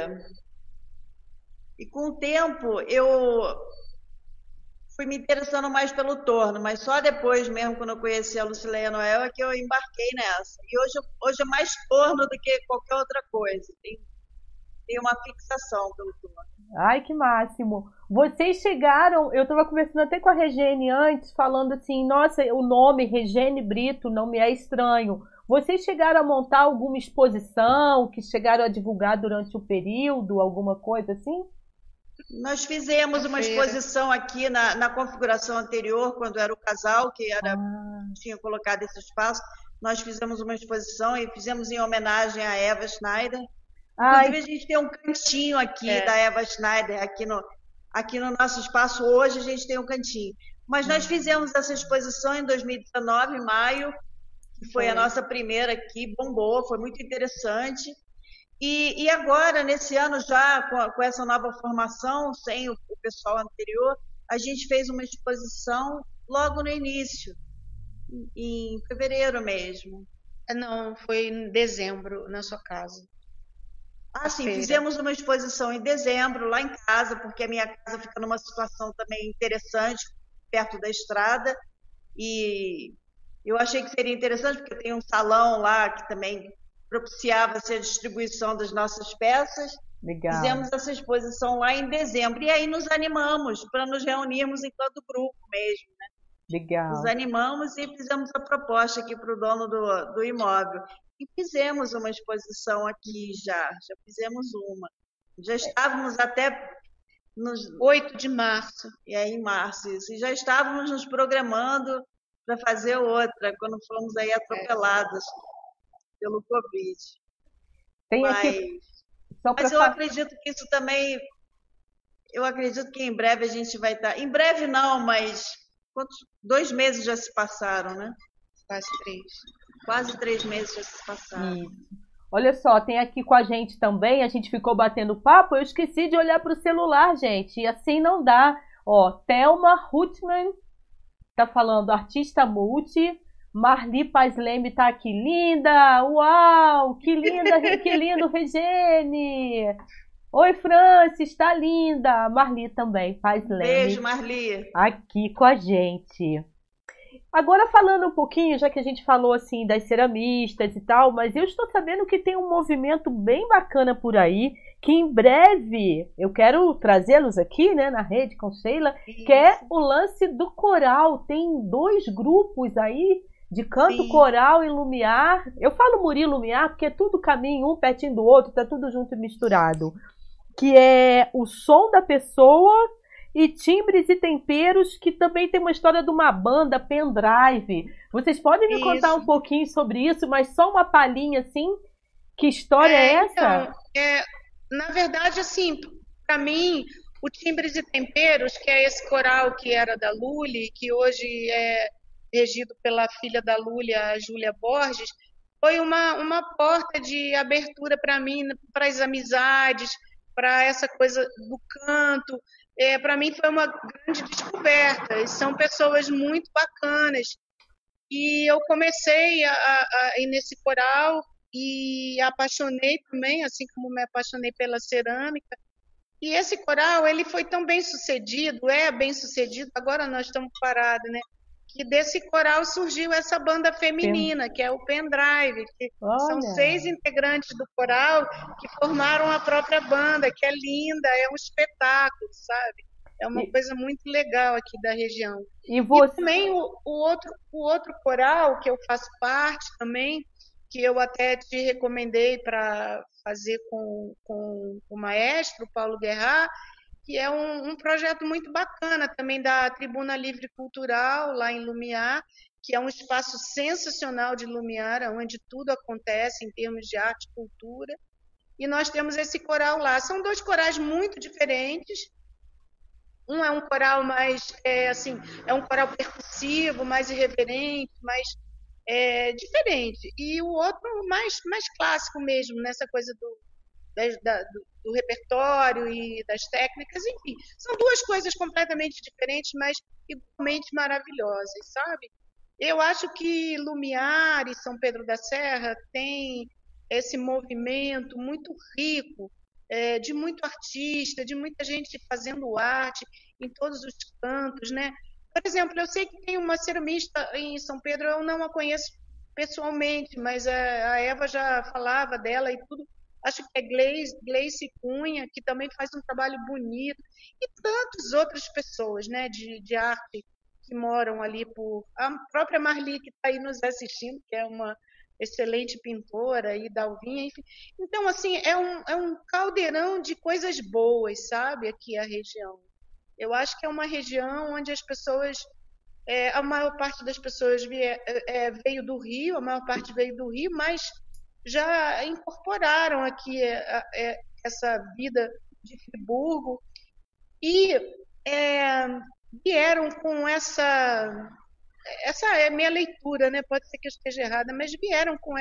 e com o tempo eu fui me interessando mais pelo torno, mas só depois mesmo, quando eu conheci a Lucileia Noel, é que eu embarquei nessa. E hoje é mais torno do que qualquer outra coisa. Tem uma fixação pelo torno. Ai, que máximo. Vocês chegaram, eu estava conversando até com a Regine antes, falando assim, nossa, o nome Regine Brito não me é estranho. Vocês chegaram a montar alguma exposição que chegaram a divulgar durante o período, alguma coisa assim? Nós fizemos uma Feira. exposição aqui na configuração anterior, quando era o casal que Ah, tinha colocado esse espaço. Nós fizemos uma exposição e fizemos em homenagem a Eva Schneider. ai, Inclusive, a gente tem um cantinho aqui É, da Eva Schneider, aqui no nosso espaço. Hoje a gente tem um cantinho. Mas nós fizemos essa exposição em 2019, em maio, que foi a foi. nossa primeira aqui, bombou, foi muito interessante. E agora, nesse ano, já com essa nova formação, sem o pessoal anterior, a gente fez uma exposição logo no início, em fevereiro mesmo. Não, foi em dezembro na sua casa, Ah, a sim, feira. fizemos uma exposição em dezembro, lá em casa, porque a minha casa fica numa situação também interessante, perto da estrada, e eu achei que seria interessante, porque tem um salão lá que também propiciava a distribuição das nossas peças. legal, Fizemos essa exposição lá em dezembro, e aí nos animamos para nos reunirmos enquanto grupo mesmo. Nos legal. animamos e fizemos a proposta aqui para o dono do imóvel. E fizemos uma exposição aqui já fizemos uma. Já estávamos até nos, 8 de março. e aí em março, isso. E já estávamos nos programando para fazer outra, quando fomos aí atropeladas pelo Covid. Tem aqui, Mas, só mas para eu falar. acredito que isso também, eu acredito que em breve a gente vai estar. Em breve não, mas 2 meses já se passaram, né? Quase 3. Quase 3 meses já se passaram. Isso. Olha só, tem aqui com a gente também, a gente ficou batendo papo, eu esqueci de olhar para o celular, gente, e assim não dá. Ó, Thelma Hutman tá falando, artista multi, Marli Paz Leme tá aqui, linda, uau, que linda, que lindo, Regene. Oi, Francis, tá linda, Marli também, Paz Beijo, Leme, Marli. aqui com a gente. Agora falando um pouquinho, já que a gente falou assim das ceramistas e tal, mas eu estou sabendo que tem um movimento bem bacana por aí, que em breve eu quero trazê-los aqui, né, na rede com Sheila, que é o lance do coral. Tem 2 grupos aí de canto Sim. coral e lumiar. Eu falo Murilo Lumiar porque é tudo caminho, um pertinho do outro, tá tudo junto e misturado. Que é o som da pessoa e timbres e temperos, que também tem uma história de uma banda pendrive. Vocês podem me contar um pouquinho sobre isso, mas só uma palhinha assim? Que história é essa? Então, na verdade, assim, para mim, o Timbres e Temperos, que é esse coral que era da Lully, que hoje é regido pela filha da Lully, a Júlia Borges, foi uma porta de abertura para mim, para as amizades, para essa coisa do canto. Para mim foi uma grande descoberta. E são pessoas muito bacanas. E eu comecei a ir nesse coral e apaixonei também, assim como me apaixonei pela cerâmica. E esse coral, ele foi tão bem sucedido, é bem sucedido, agora nós estamos parados, né? Que desse coral surgiu essa banda feminina, que é o Pendrive, que são Olha, 6 integrantes do coral que formaram a própria banda, que é linda, é um espetáculo, sabe? É uma coisa muito legal aqui da região. e você? Também o outro coral que eu faço parte também, que eu até te recomendei para fazer com o maestro Paulo Guerra, que é um projeto muito bacana também da Tribuna Livre Cultural, lá em Lumiar, que é um espaço sensacional de Lumiar, onde tudo acontece em termos de arte e cultura. E nós temos esse coral lá. São 2 corais muito diferentes. Um é um coral mais, assim, é um coral percussivo, mais irreverente, mais diferente. E o outro mais clássico mesmo, nessa coisa do repertório e das técnicas, enfim. São 2 coisas completamente diferentes, mas igualmente maravilhosas, sabe? Eu acho que Lumiar e São Pedro da Serra tem esse movimento muito rico, de muito artista, de muita gente fazendo arte em todos os cantos, né? Por exemplo, eu sei que tem uma ceramista em São Pedro, eu não a conheço pessoalmente, mas a Eva já falava dela e tudo. Acho que é Gleice Cunha, que também faz um trabalho bonito, e tantas outras pessoas, né, de arte que moram ali por... A própria Marli, que está aí nos assistindo, que é uma excelente pintora, e Dalvinha, enfim. Então, assim, é um caldeirão de coisas boas, sabe, aqui a região. Eu acho que é uma região onde as pessoas... a maior parte das pessoas veio do Rio, a maior parte veio do Rio, mas já incorporaram aqui essa vida de Friburgo e vieram com essa é a minha leitura, né? Pode ser que eu esteja errada, mas vieram com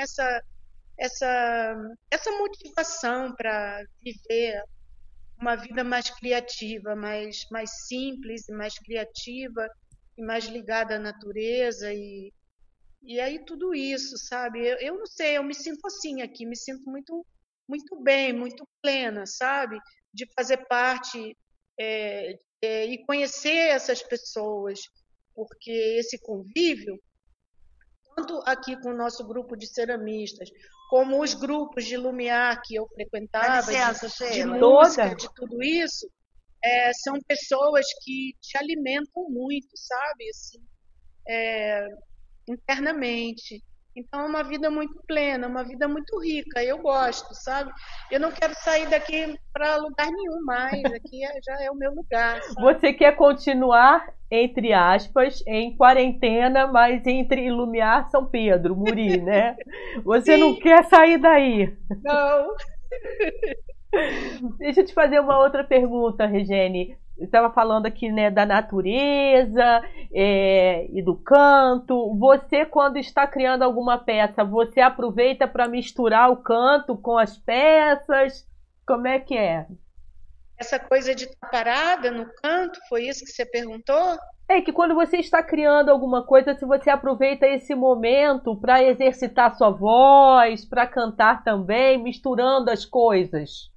essa motivação para viver uma vida mais criativa, mais simples, e mais criativa e mais ligada à natureza e aí tudo isso, sabe? Eu não sei, eu me sinto assim aqui, me sinto muito, muito bem, muito plena, sabe? De fazer parte e conhecer essas pessoas, porque esse convívio, tanto aqui com o nosso grupo de ceramistas, como os grupos de Lumiar que eu frequentava, de música, de tudo isso, são pessoas que te alimentam muito, sabe? Assim, internamente. Então é uma vida muito plena, uma vida muito rica. Eu gosto, sabe? Eu não quero sair daqui para lugar nenhum mais. Aqui já é o meu lugar, sabe? Você quer continuar, entre aspas, em quarentena, mas entre Lumiar São Pedro, Muri, né? Você Sim. não quer sair daí. Não. Deixa eu te fazer uma outra pergunta, Regiane. Eu estava falando aqui, né, da natureza e do canto. Você, quando está criando alguma peça, você aproveita para misturar o canto com as peças? Como é que é? Essa coisa de estar parada no canto, foi isso que você perguntou? É que quando você está criando alguma coisa, se você aproveita esse momento para exercitar sua voz, para cantar também, misturando as coisas.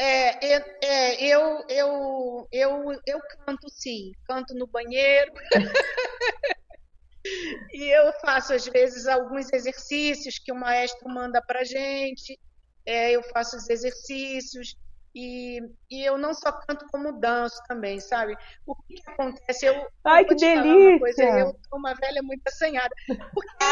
Eu canto sim, canto no banheiro. E eu faço às vezes alguns exercícios que o maestro manda pra gente. Eu faço os exercícios e eu não só canto como danço também, sabe? O que acontece? Ai, vou que te falar uma coisa, delícia! eu sou uma velha muito assanhada. Porque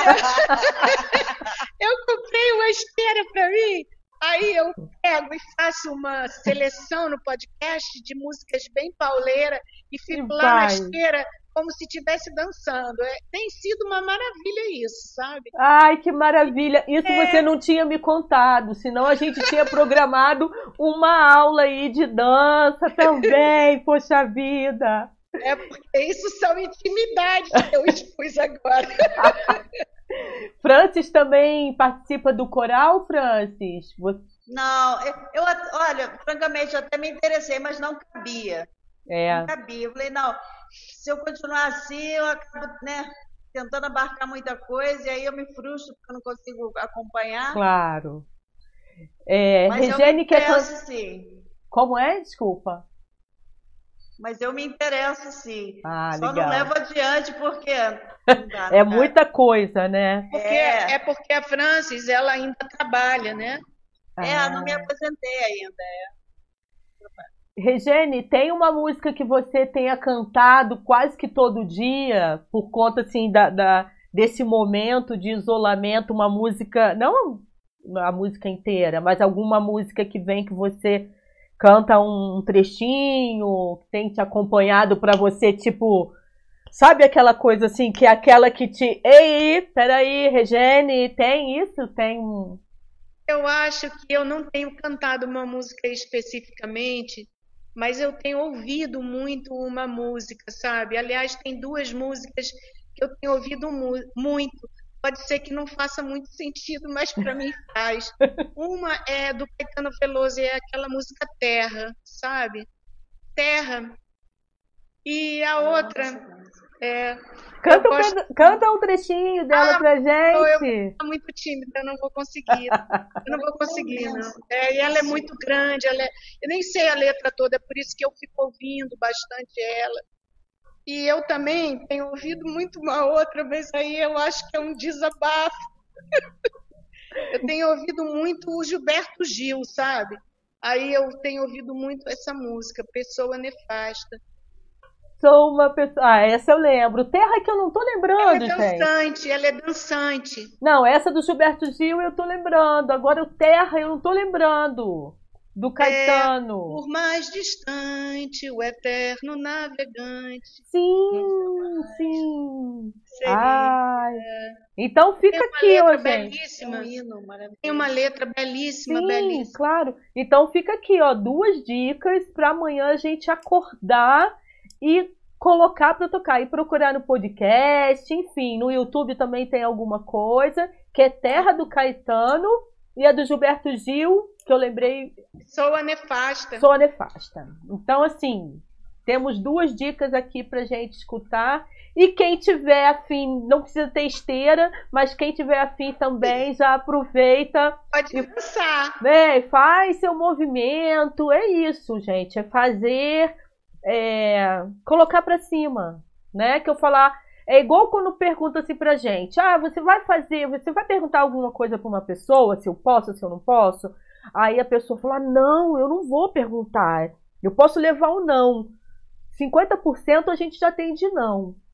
eu comprei uma esteira para mim. Aí eu pego e faço uma seleção no podcast de músicas bem pauleira e fico lá na esteira como se estivesse dançando. Tem sido uma maravilha isso, sabe? Ai, que maravilha! Isso você não tinha me contado, senão a gente tinha programado uma aula aí de dança também, poxa vida! Porque isso são intimidades que eu expus agora. Francis também participa do coral, Francis? Não, olha, francamente, eu até me interessei, mas não cabia. Não cabia. Eu falei, não, se eu continuar assim, eu acabo, né, tentando abarcar muita coisa, e aí eu me frustro porque eu não consigo acompanhar. Claro. Mas Regiane quer cantar. Sim. Como é? Desculpa. Mas eu me interesso, sim. Só legal. Não levo adiante porque é muita coisa, né? Porque a Francis, ela ainda trabalha, né? Não me aposentei ainda. Regiane, tem uma música que você tenha cantado quase que todo dia, por conta, assim, desse momento de isolamento, uma música, não a música inteira, mas alguma música que vem que você canta um trechinho, que tem te acompanhado pra você, tipo, sabe aquela coisa assim, que é aquela que te... Ei, peraí, Regiane, tem isso? Tem um... Eu acho que eu não tenho cantado uma música especificamente, mas eu tenho ouvido muito uma música, sabe? Aliás, tem duas músicas que eu tenho ouvido muito. Pode ser que não faça muito sentido, mas para mim faz. Uma é do Caetano Veloso, é aquela música Terra, sabe? Terra. E a outra Canta um trechinho dela pra gente. Eu tô muito tímida, eu não vou conseguir. Não. E ela é muito grande, eu nem sei a letra toda, é por isso que eu fico ouvindo bastante ela. E eu também tenho ouvido muito uma outra, mas aí eu acho que é um desabafo. Eu tenho ouvido muito o Gilberto Gil, sabe? Aí eu tenho ouvido muito essa música, Pessoa Nefasta. Sou uma pessoa... essa eu lembro. Terra que eu não tô lembrando, gente. Ela é dançante. Não, essa do Gilberto Gil eu tô lembrando. Agora o Terra eu não tô lembrando. Do Caetano. Por mais distante, o eterno navegante. Sim. Então fica aqui, ó, gente. Belíssima. Tem uma letra belíssima, belíssima. Claro. Então fica aqui, ó, 2 dicas para amanhã a gente acordar e colocar para tocar e procurar no podcast, enfim, no YouTube também tem alguma coisa, que é Terra do Caetano e a do Gilberto Gil, que eu lembrei... Sou a Nefasta. Então, assim, temos 2 dicas aqui pra gente escutar. E quem tiver afim, não precisa ter esteira, mas quem tiver afim também já aproveita. Pode dançar. Faz seu movimento, é isso, gente, é fazer... colocar pra cima, né? Que eu falar, é igual quando pergunta assim pra gente, você vai perguntar alguma coisa pra uma pessoa, se eu posso, se eu não posso, aí a pessoa fala, não, eu não vou perguntar, eu posso levar o não, 50% a gente já tem de não,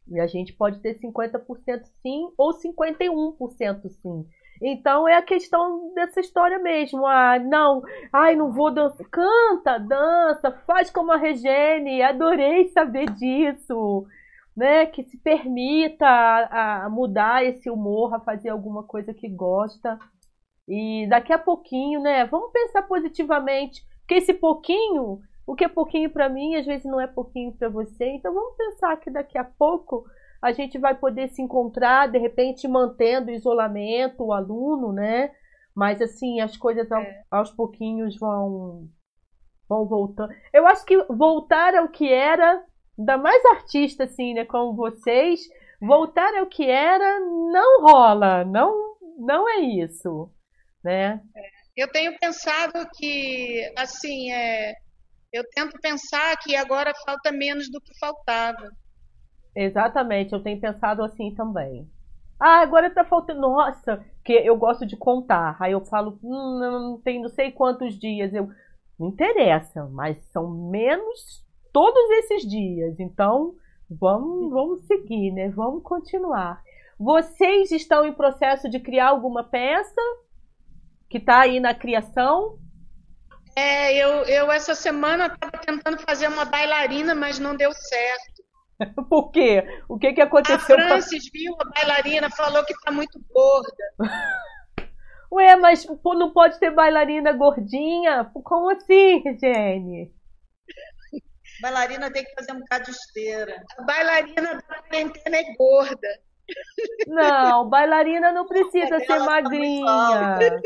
E a gente pode ter 50% sim ou 51% sim. Então é a questão dessa história mesmo. Ah, não, ai, não vou dançar. Canta, dança, faz como a Regene. Adorei saber disso, né? Que se permita a mudar esse humor, a fazer alguma coisa que gosta. E daqui a pouquinho, né? Vamos pensar positivamente, porque esse pouquinho, o que é pouquinho para mim, às vezes não é pouquinho para você. Então vamos pensar que daqui a pouco a gente vai poder se encontrar, de repente mantendo o isolamento, o aluno, né? Mas assim, as coisas aos pouquinhos vão voltando. Eu acho que voltar ao que era, ainda mais artista assim, né, como vocês, voltar ao que era não rola, não é isso, né? Eu tenho pensado que, assim, eu tento pensar que agora falta menos do que faltava. Exatamente, eu tenho pensado assim também. Ah, agora tá faltando. Nossa, que eu gosto de contar. Aí eu falo, não tem não sei quantos dias. Não interessa, mas são menos todos esses dias. Então, vamos seguir, né? Vamos continuar. Vocês estão em processo de criar alguma peça que está aí na criação? Eu essa semana estava tentando fazer uma bailarina, mas não deu certo. Por quê? O que A aconteceu? Francis viu a bailarina, falou que está muito gorda. Ué, mas não pode ter bailarina gordinha? Como assim, Jenny? Bailarina tem que fazer um bocado de esteira. A bailarina da quarentena é gorda. Não, bailarina não precisa ser Ela tá muito alta. magrinha.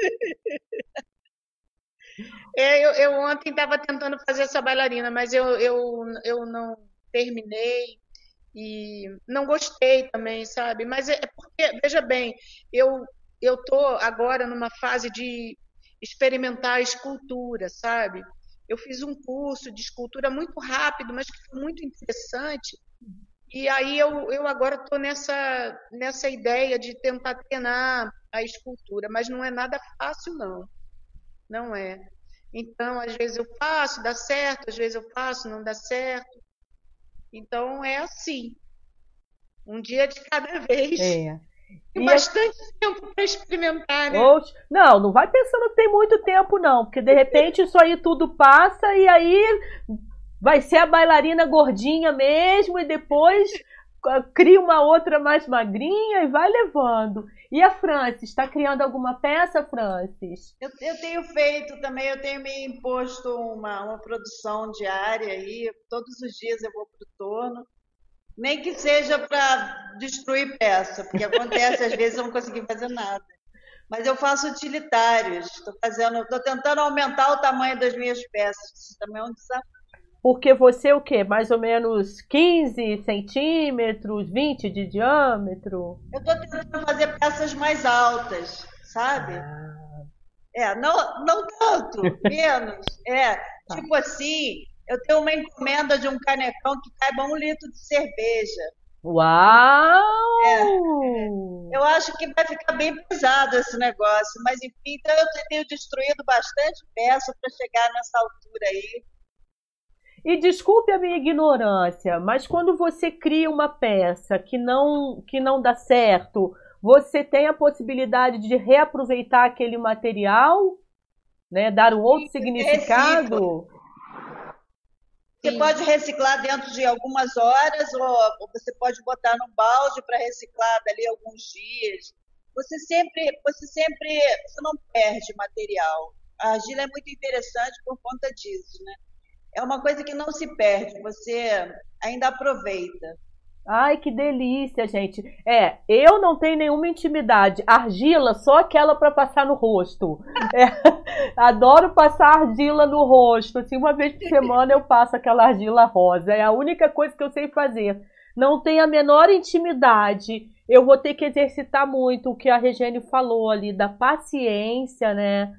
Eu ontem estava tentando fazer essa bailarina, mas eu não terminei e não gostei também, sabe? Mas é porque, veja bem, eu tô agora numa fase de experimentar a escultura, sabe? Eu fiz um curso de escultura muito rápido, mas que foi muito interessante. E aí eu agora estou nessa ideia de tentar treinar a escultura, mas não é nada fácil, não. Não é. Então, às vezes eu faço, dá certo, às vezes eu faço, não dá certo. Então é assim, um dia de cada vez. É. Tem E bastante tempo para experimentar, né? não vai pensando que tem muito tempo, não, porque de repente isso aí tudo passa e aí vai ser a bailarina gordinha mesmo e depois cria uma outra mais magrinha e vai levando. E a Francis, está criando alguma peça, Francis? Eu tenho feito também, eu tenho me imposto uma produção diária aí, todos os dias eu vou para o torno, nem que seja para destruir peça, porque acontece às vezes eu não consegui fazer nada. Mas eu faço utilitários, estou tentando aumentar o tamanho das minhas peças, isso também é um desafio. Porque você o quê? Mais ou menos 15 centímetros, 20 de diâmetro? Eu estou tentando fazer peças mais altas, sabe? Não tanto, menos. Tipo assim, eu tenho uma encomenda de um canecão que caiba 1 litro de cerveja. Uau! Eu acho que vai ficar bem pesado esse negócio, mas enfim, então eu tenho destruído bastante peça para chegar nessa altura aí. E desculpe a minha ignorância, mas quando você cria uma peça que não dá certo, você tem a possibilidade de reaproveitar aquele material, né? Dar um outro significado? Você pode reciclar dentro de algumas horas, ou você pode botar num balde para reciclar dali alguns dias. Você não perde material. A argila é muito interessante por conta disso, né? É uma coisa que não se perde, você ainda aproveita. Ai, que delícia, gente. Eu não tenho nenhuma intimidade. Argila, só aquela para passar no rosto. Adoro passar argila no rosto. Assim, uma vez por semana eu passo aquela argila rosa. É a única coisa que eu sei fazer. Não tenho a menor intimidade. Eu vou ter que exercitar muito o que a Regine falou ali, da paciência, né?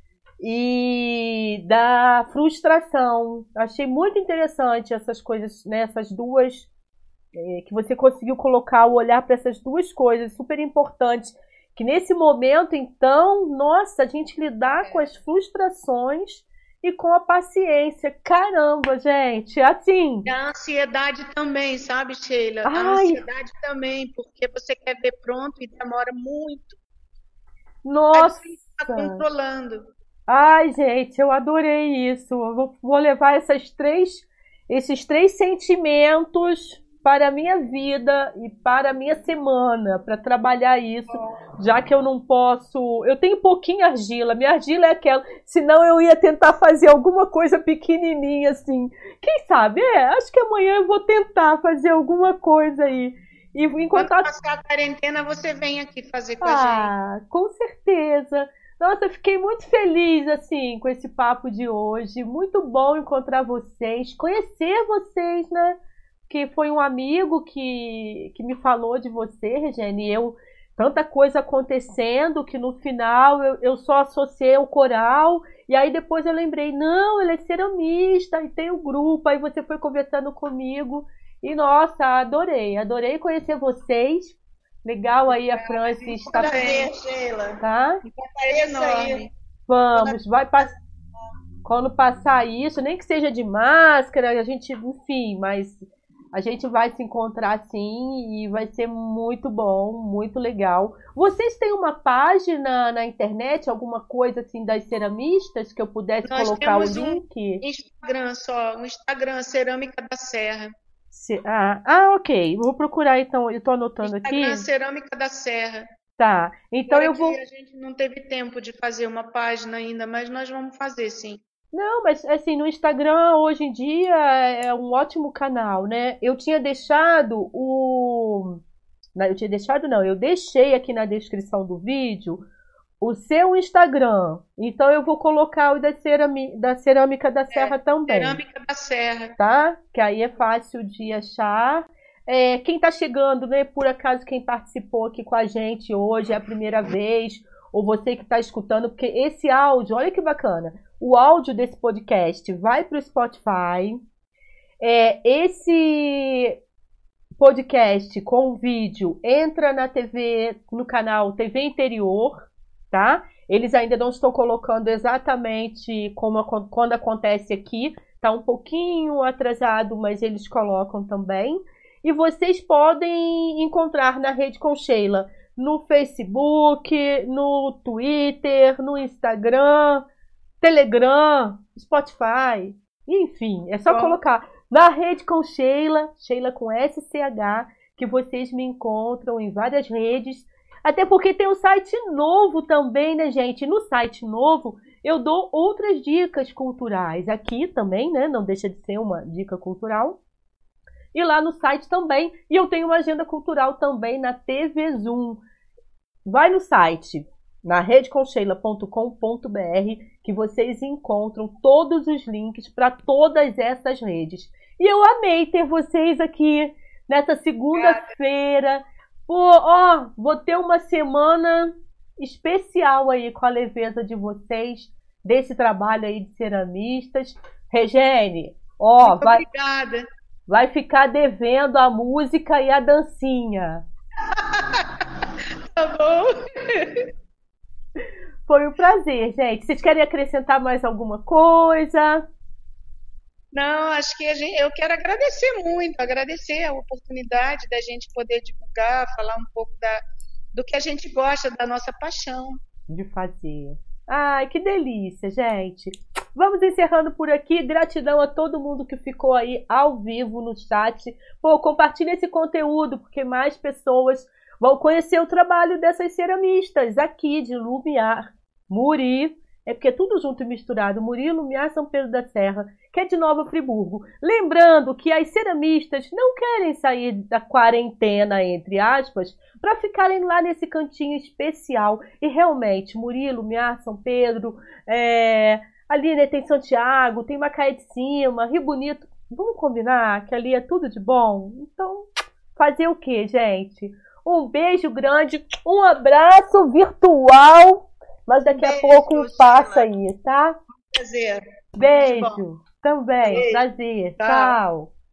E da frustração. Achei muito interessante essas coisas, né? Essas duas, que você conseguiu colocar o olhar para essas duas coisas super importantes, que nesse momento, então, nossa, a gente lidar com as frustrações e com a paciência. Caramba, gente, assim. E a ansiedade também, sabe, Sheila? A Ai, ansiedade também, porque você quer ver pronto e demora muito. Aí nossa. você está controlando. Ai, gente, eu adorei isso. Eu vou levar esses três sentimentos para a minha vida e para a minha semana, para trabalhar isso, já que eu não posso. Eu tenho pouquinho argila, minha argila é aquela, senão eu ia tentar fazer alguma coisa pequenininha assim. Quem sabe? Acho que amanhã eu vou tentar fazer alguma coisa aí. E enquanto Quando passar a quarentena, você vem aqui fazer com a gente. Ah, com certeza. Nossa, eu fiquei muito feliz assim com esse papo de hoje. Muito bom encontrar vocês, conhecer vocês, né? Que foi um amigo que me falou de você, Regiane, e eu tanta coisa acontecendo que no final eu só associei o coral e aí depois eu lembrei, não, ele é ceramista e tem o grupo, aí você foi conversando comigo e nossa, adorei conhecer vocês. Legal aí a Francis está Prazer, Sheila. tá? Apareça aí. Vamos, quando passar isso, nem que seja de máscara, a gente, enfim, mas a gente vai se encontrar sim e vai ser muito bom, muito legal. Vocês têm uma página na internet, alguma coisa assim das ceramistas que eu pudesse Nós colocar o temos link? Instagram só, um Instagram Cerâmica da Serra. Ok. Vou procurar então. Eu tô anotando aqui. Instagram Cerâmica da Serra. Tá. Então Agora eu vou. que a gente não teve tempo de fazer uma página ainda, mas nós vamos fazer sim. Não, mas assim, no Instagram hoje em dia é um ótimo canal, né? Eu tinha deixado o. Não, eu tinha deixado, não. Eu deixei aqui na descrição do vídeo o seu Instagram. Então eu vou colocar o da Cerâmica da Serra também. Cerâmica da Serra. Tá? Que aí é fácil de achar. Quem tá chegando, né? Por acaso quem participou aqui com a gente hoje é a primeira vez, ou você que está escutando, porque esse áudio, olha que bacana, o áudio desse podcast vai para o Spotify. Esse podcast com vídeo entra na TV, no canal TV Interior, tá? Eles ainda não estão colocando exatamente quando acontece aqui, tá um pouquinho atrasado, mas eles colocam também. E vocês podem encontrar na Rede com Sheila no Facebook, no Twitter, no Instagram, Telegram, Spotify, enfim, é só colocar na Rede com Sheila, Sheila com SCH, que vocês me encontram em várias redes. Até porque tem um site novo também, né, gente? No site novo eu dou outras dicas culturais. Aqui também, né? Não deixa de ser uma dica cultural. E lá no site também. E eu tenho uma agenda cultural também na TV Zoom. Vai no site, na redeconsheila.com.br, que vocês encontram todos os links para todas essas redes. E eu amei ter vocês aqui nessa segunda-feira. Vou ter uma semana especial aí com a leveza de vocês, desse trabalho aí de ceramistas. Regiane, Obrigada. Vai ficar devendo a música e a dancinha. Tá bom. Foi um prazer, gente. Vocês querem acrescentar mais alguma coisa? Não, acho que eu quero agradecer a oportunidade da gente poder divulgar, falar um pouco do que a gente gosta, da nossa paixão. De fazer. Ai, que delícia, gente. Vamos encerrando por aqui. Gratidão a todo mundo que ficou aí ao vivo no chat. Compartilha esse conteúdo, porque mais pessoas vão conhecer o trabalho dessas ceramistas aqui de Lumiar, Muri. É porque é tudo junto e misturado. Muri, Lumiar, São Pedro da Serra, que é de Nova Friburgo. Lembrando que as ceramistas não querem sair da quarentena, entre aspas, para ficarem lá nesse cantinho especial. E realmente, Muri, Lumiar, São Pedro, ali, né, tem Santiago, tem Macaé de Cima, Rio Bonito. Vamos combinar que ali é tudo de bom? Então, fazer o quê, gente? Um beijo grande, um abraço virtual. Mas daqui a pouco passa aí, tá? Prazer. Beijo. Também. Beijo. Prazer. Tchau. Tchau.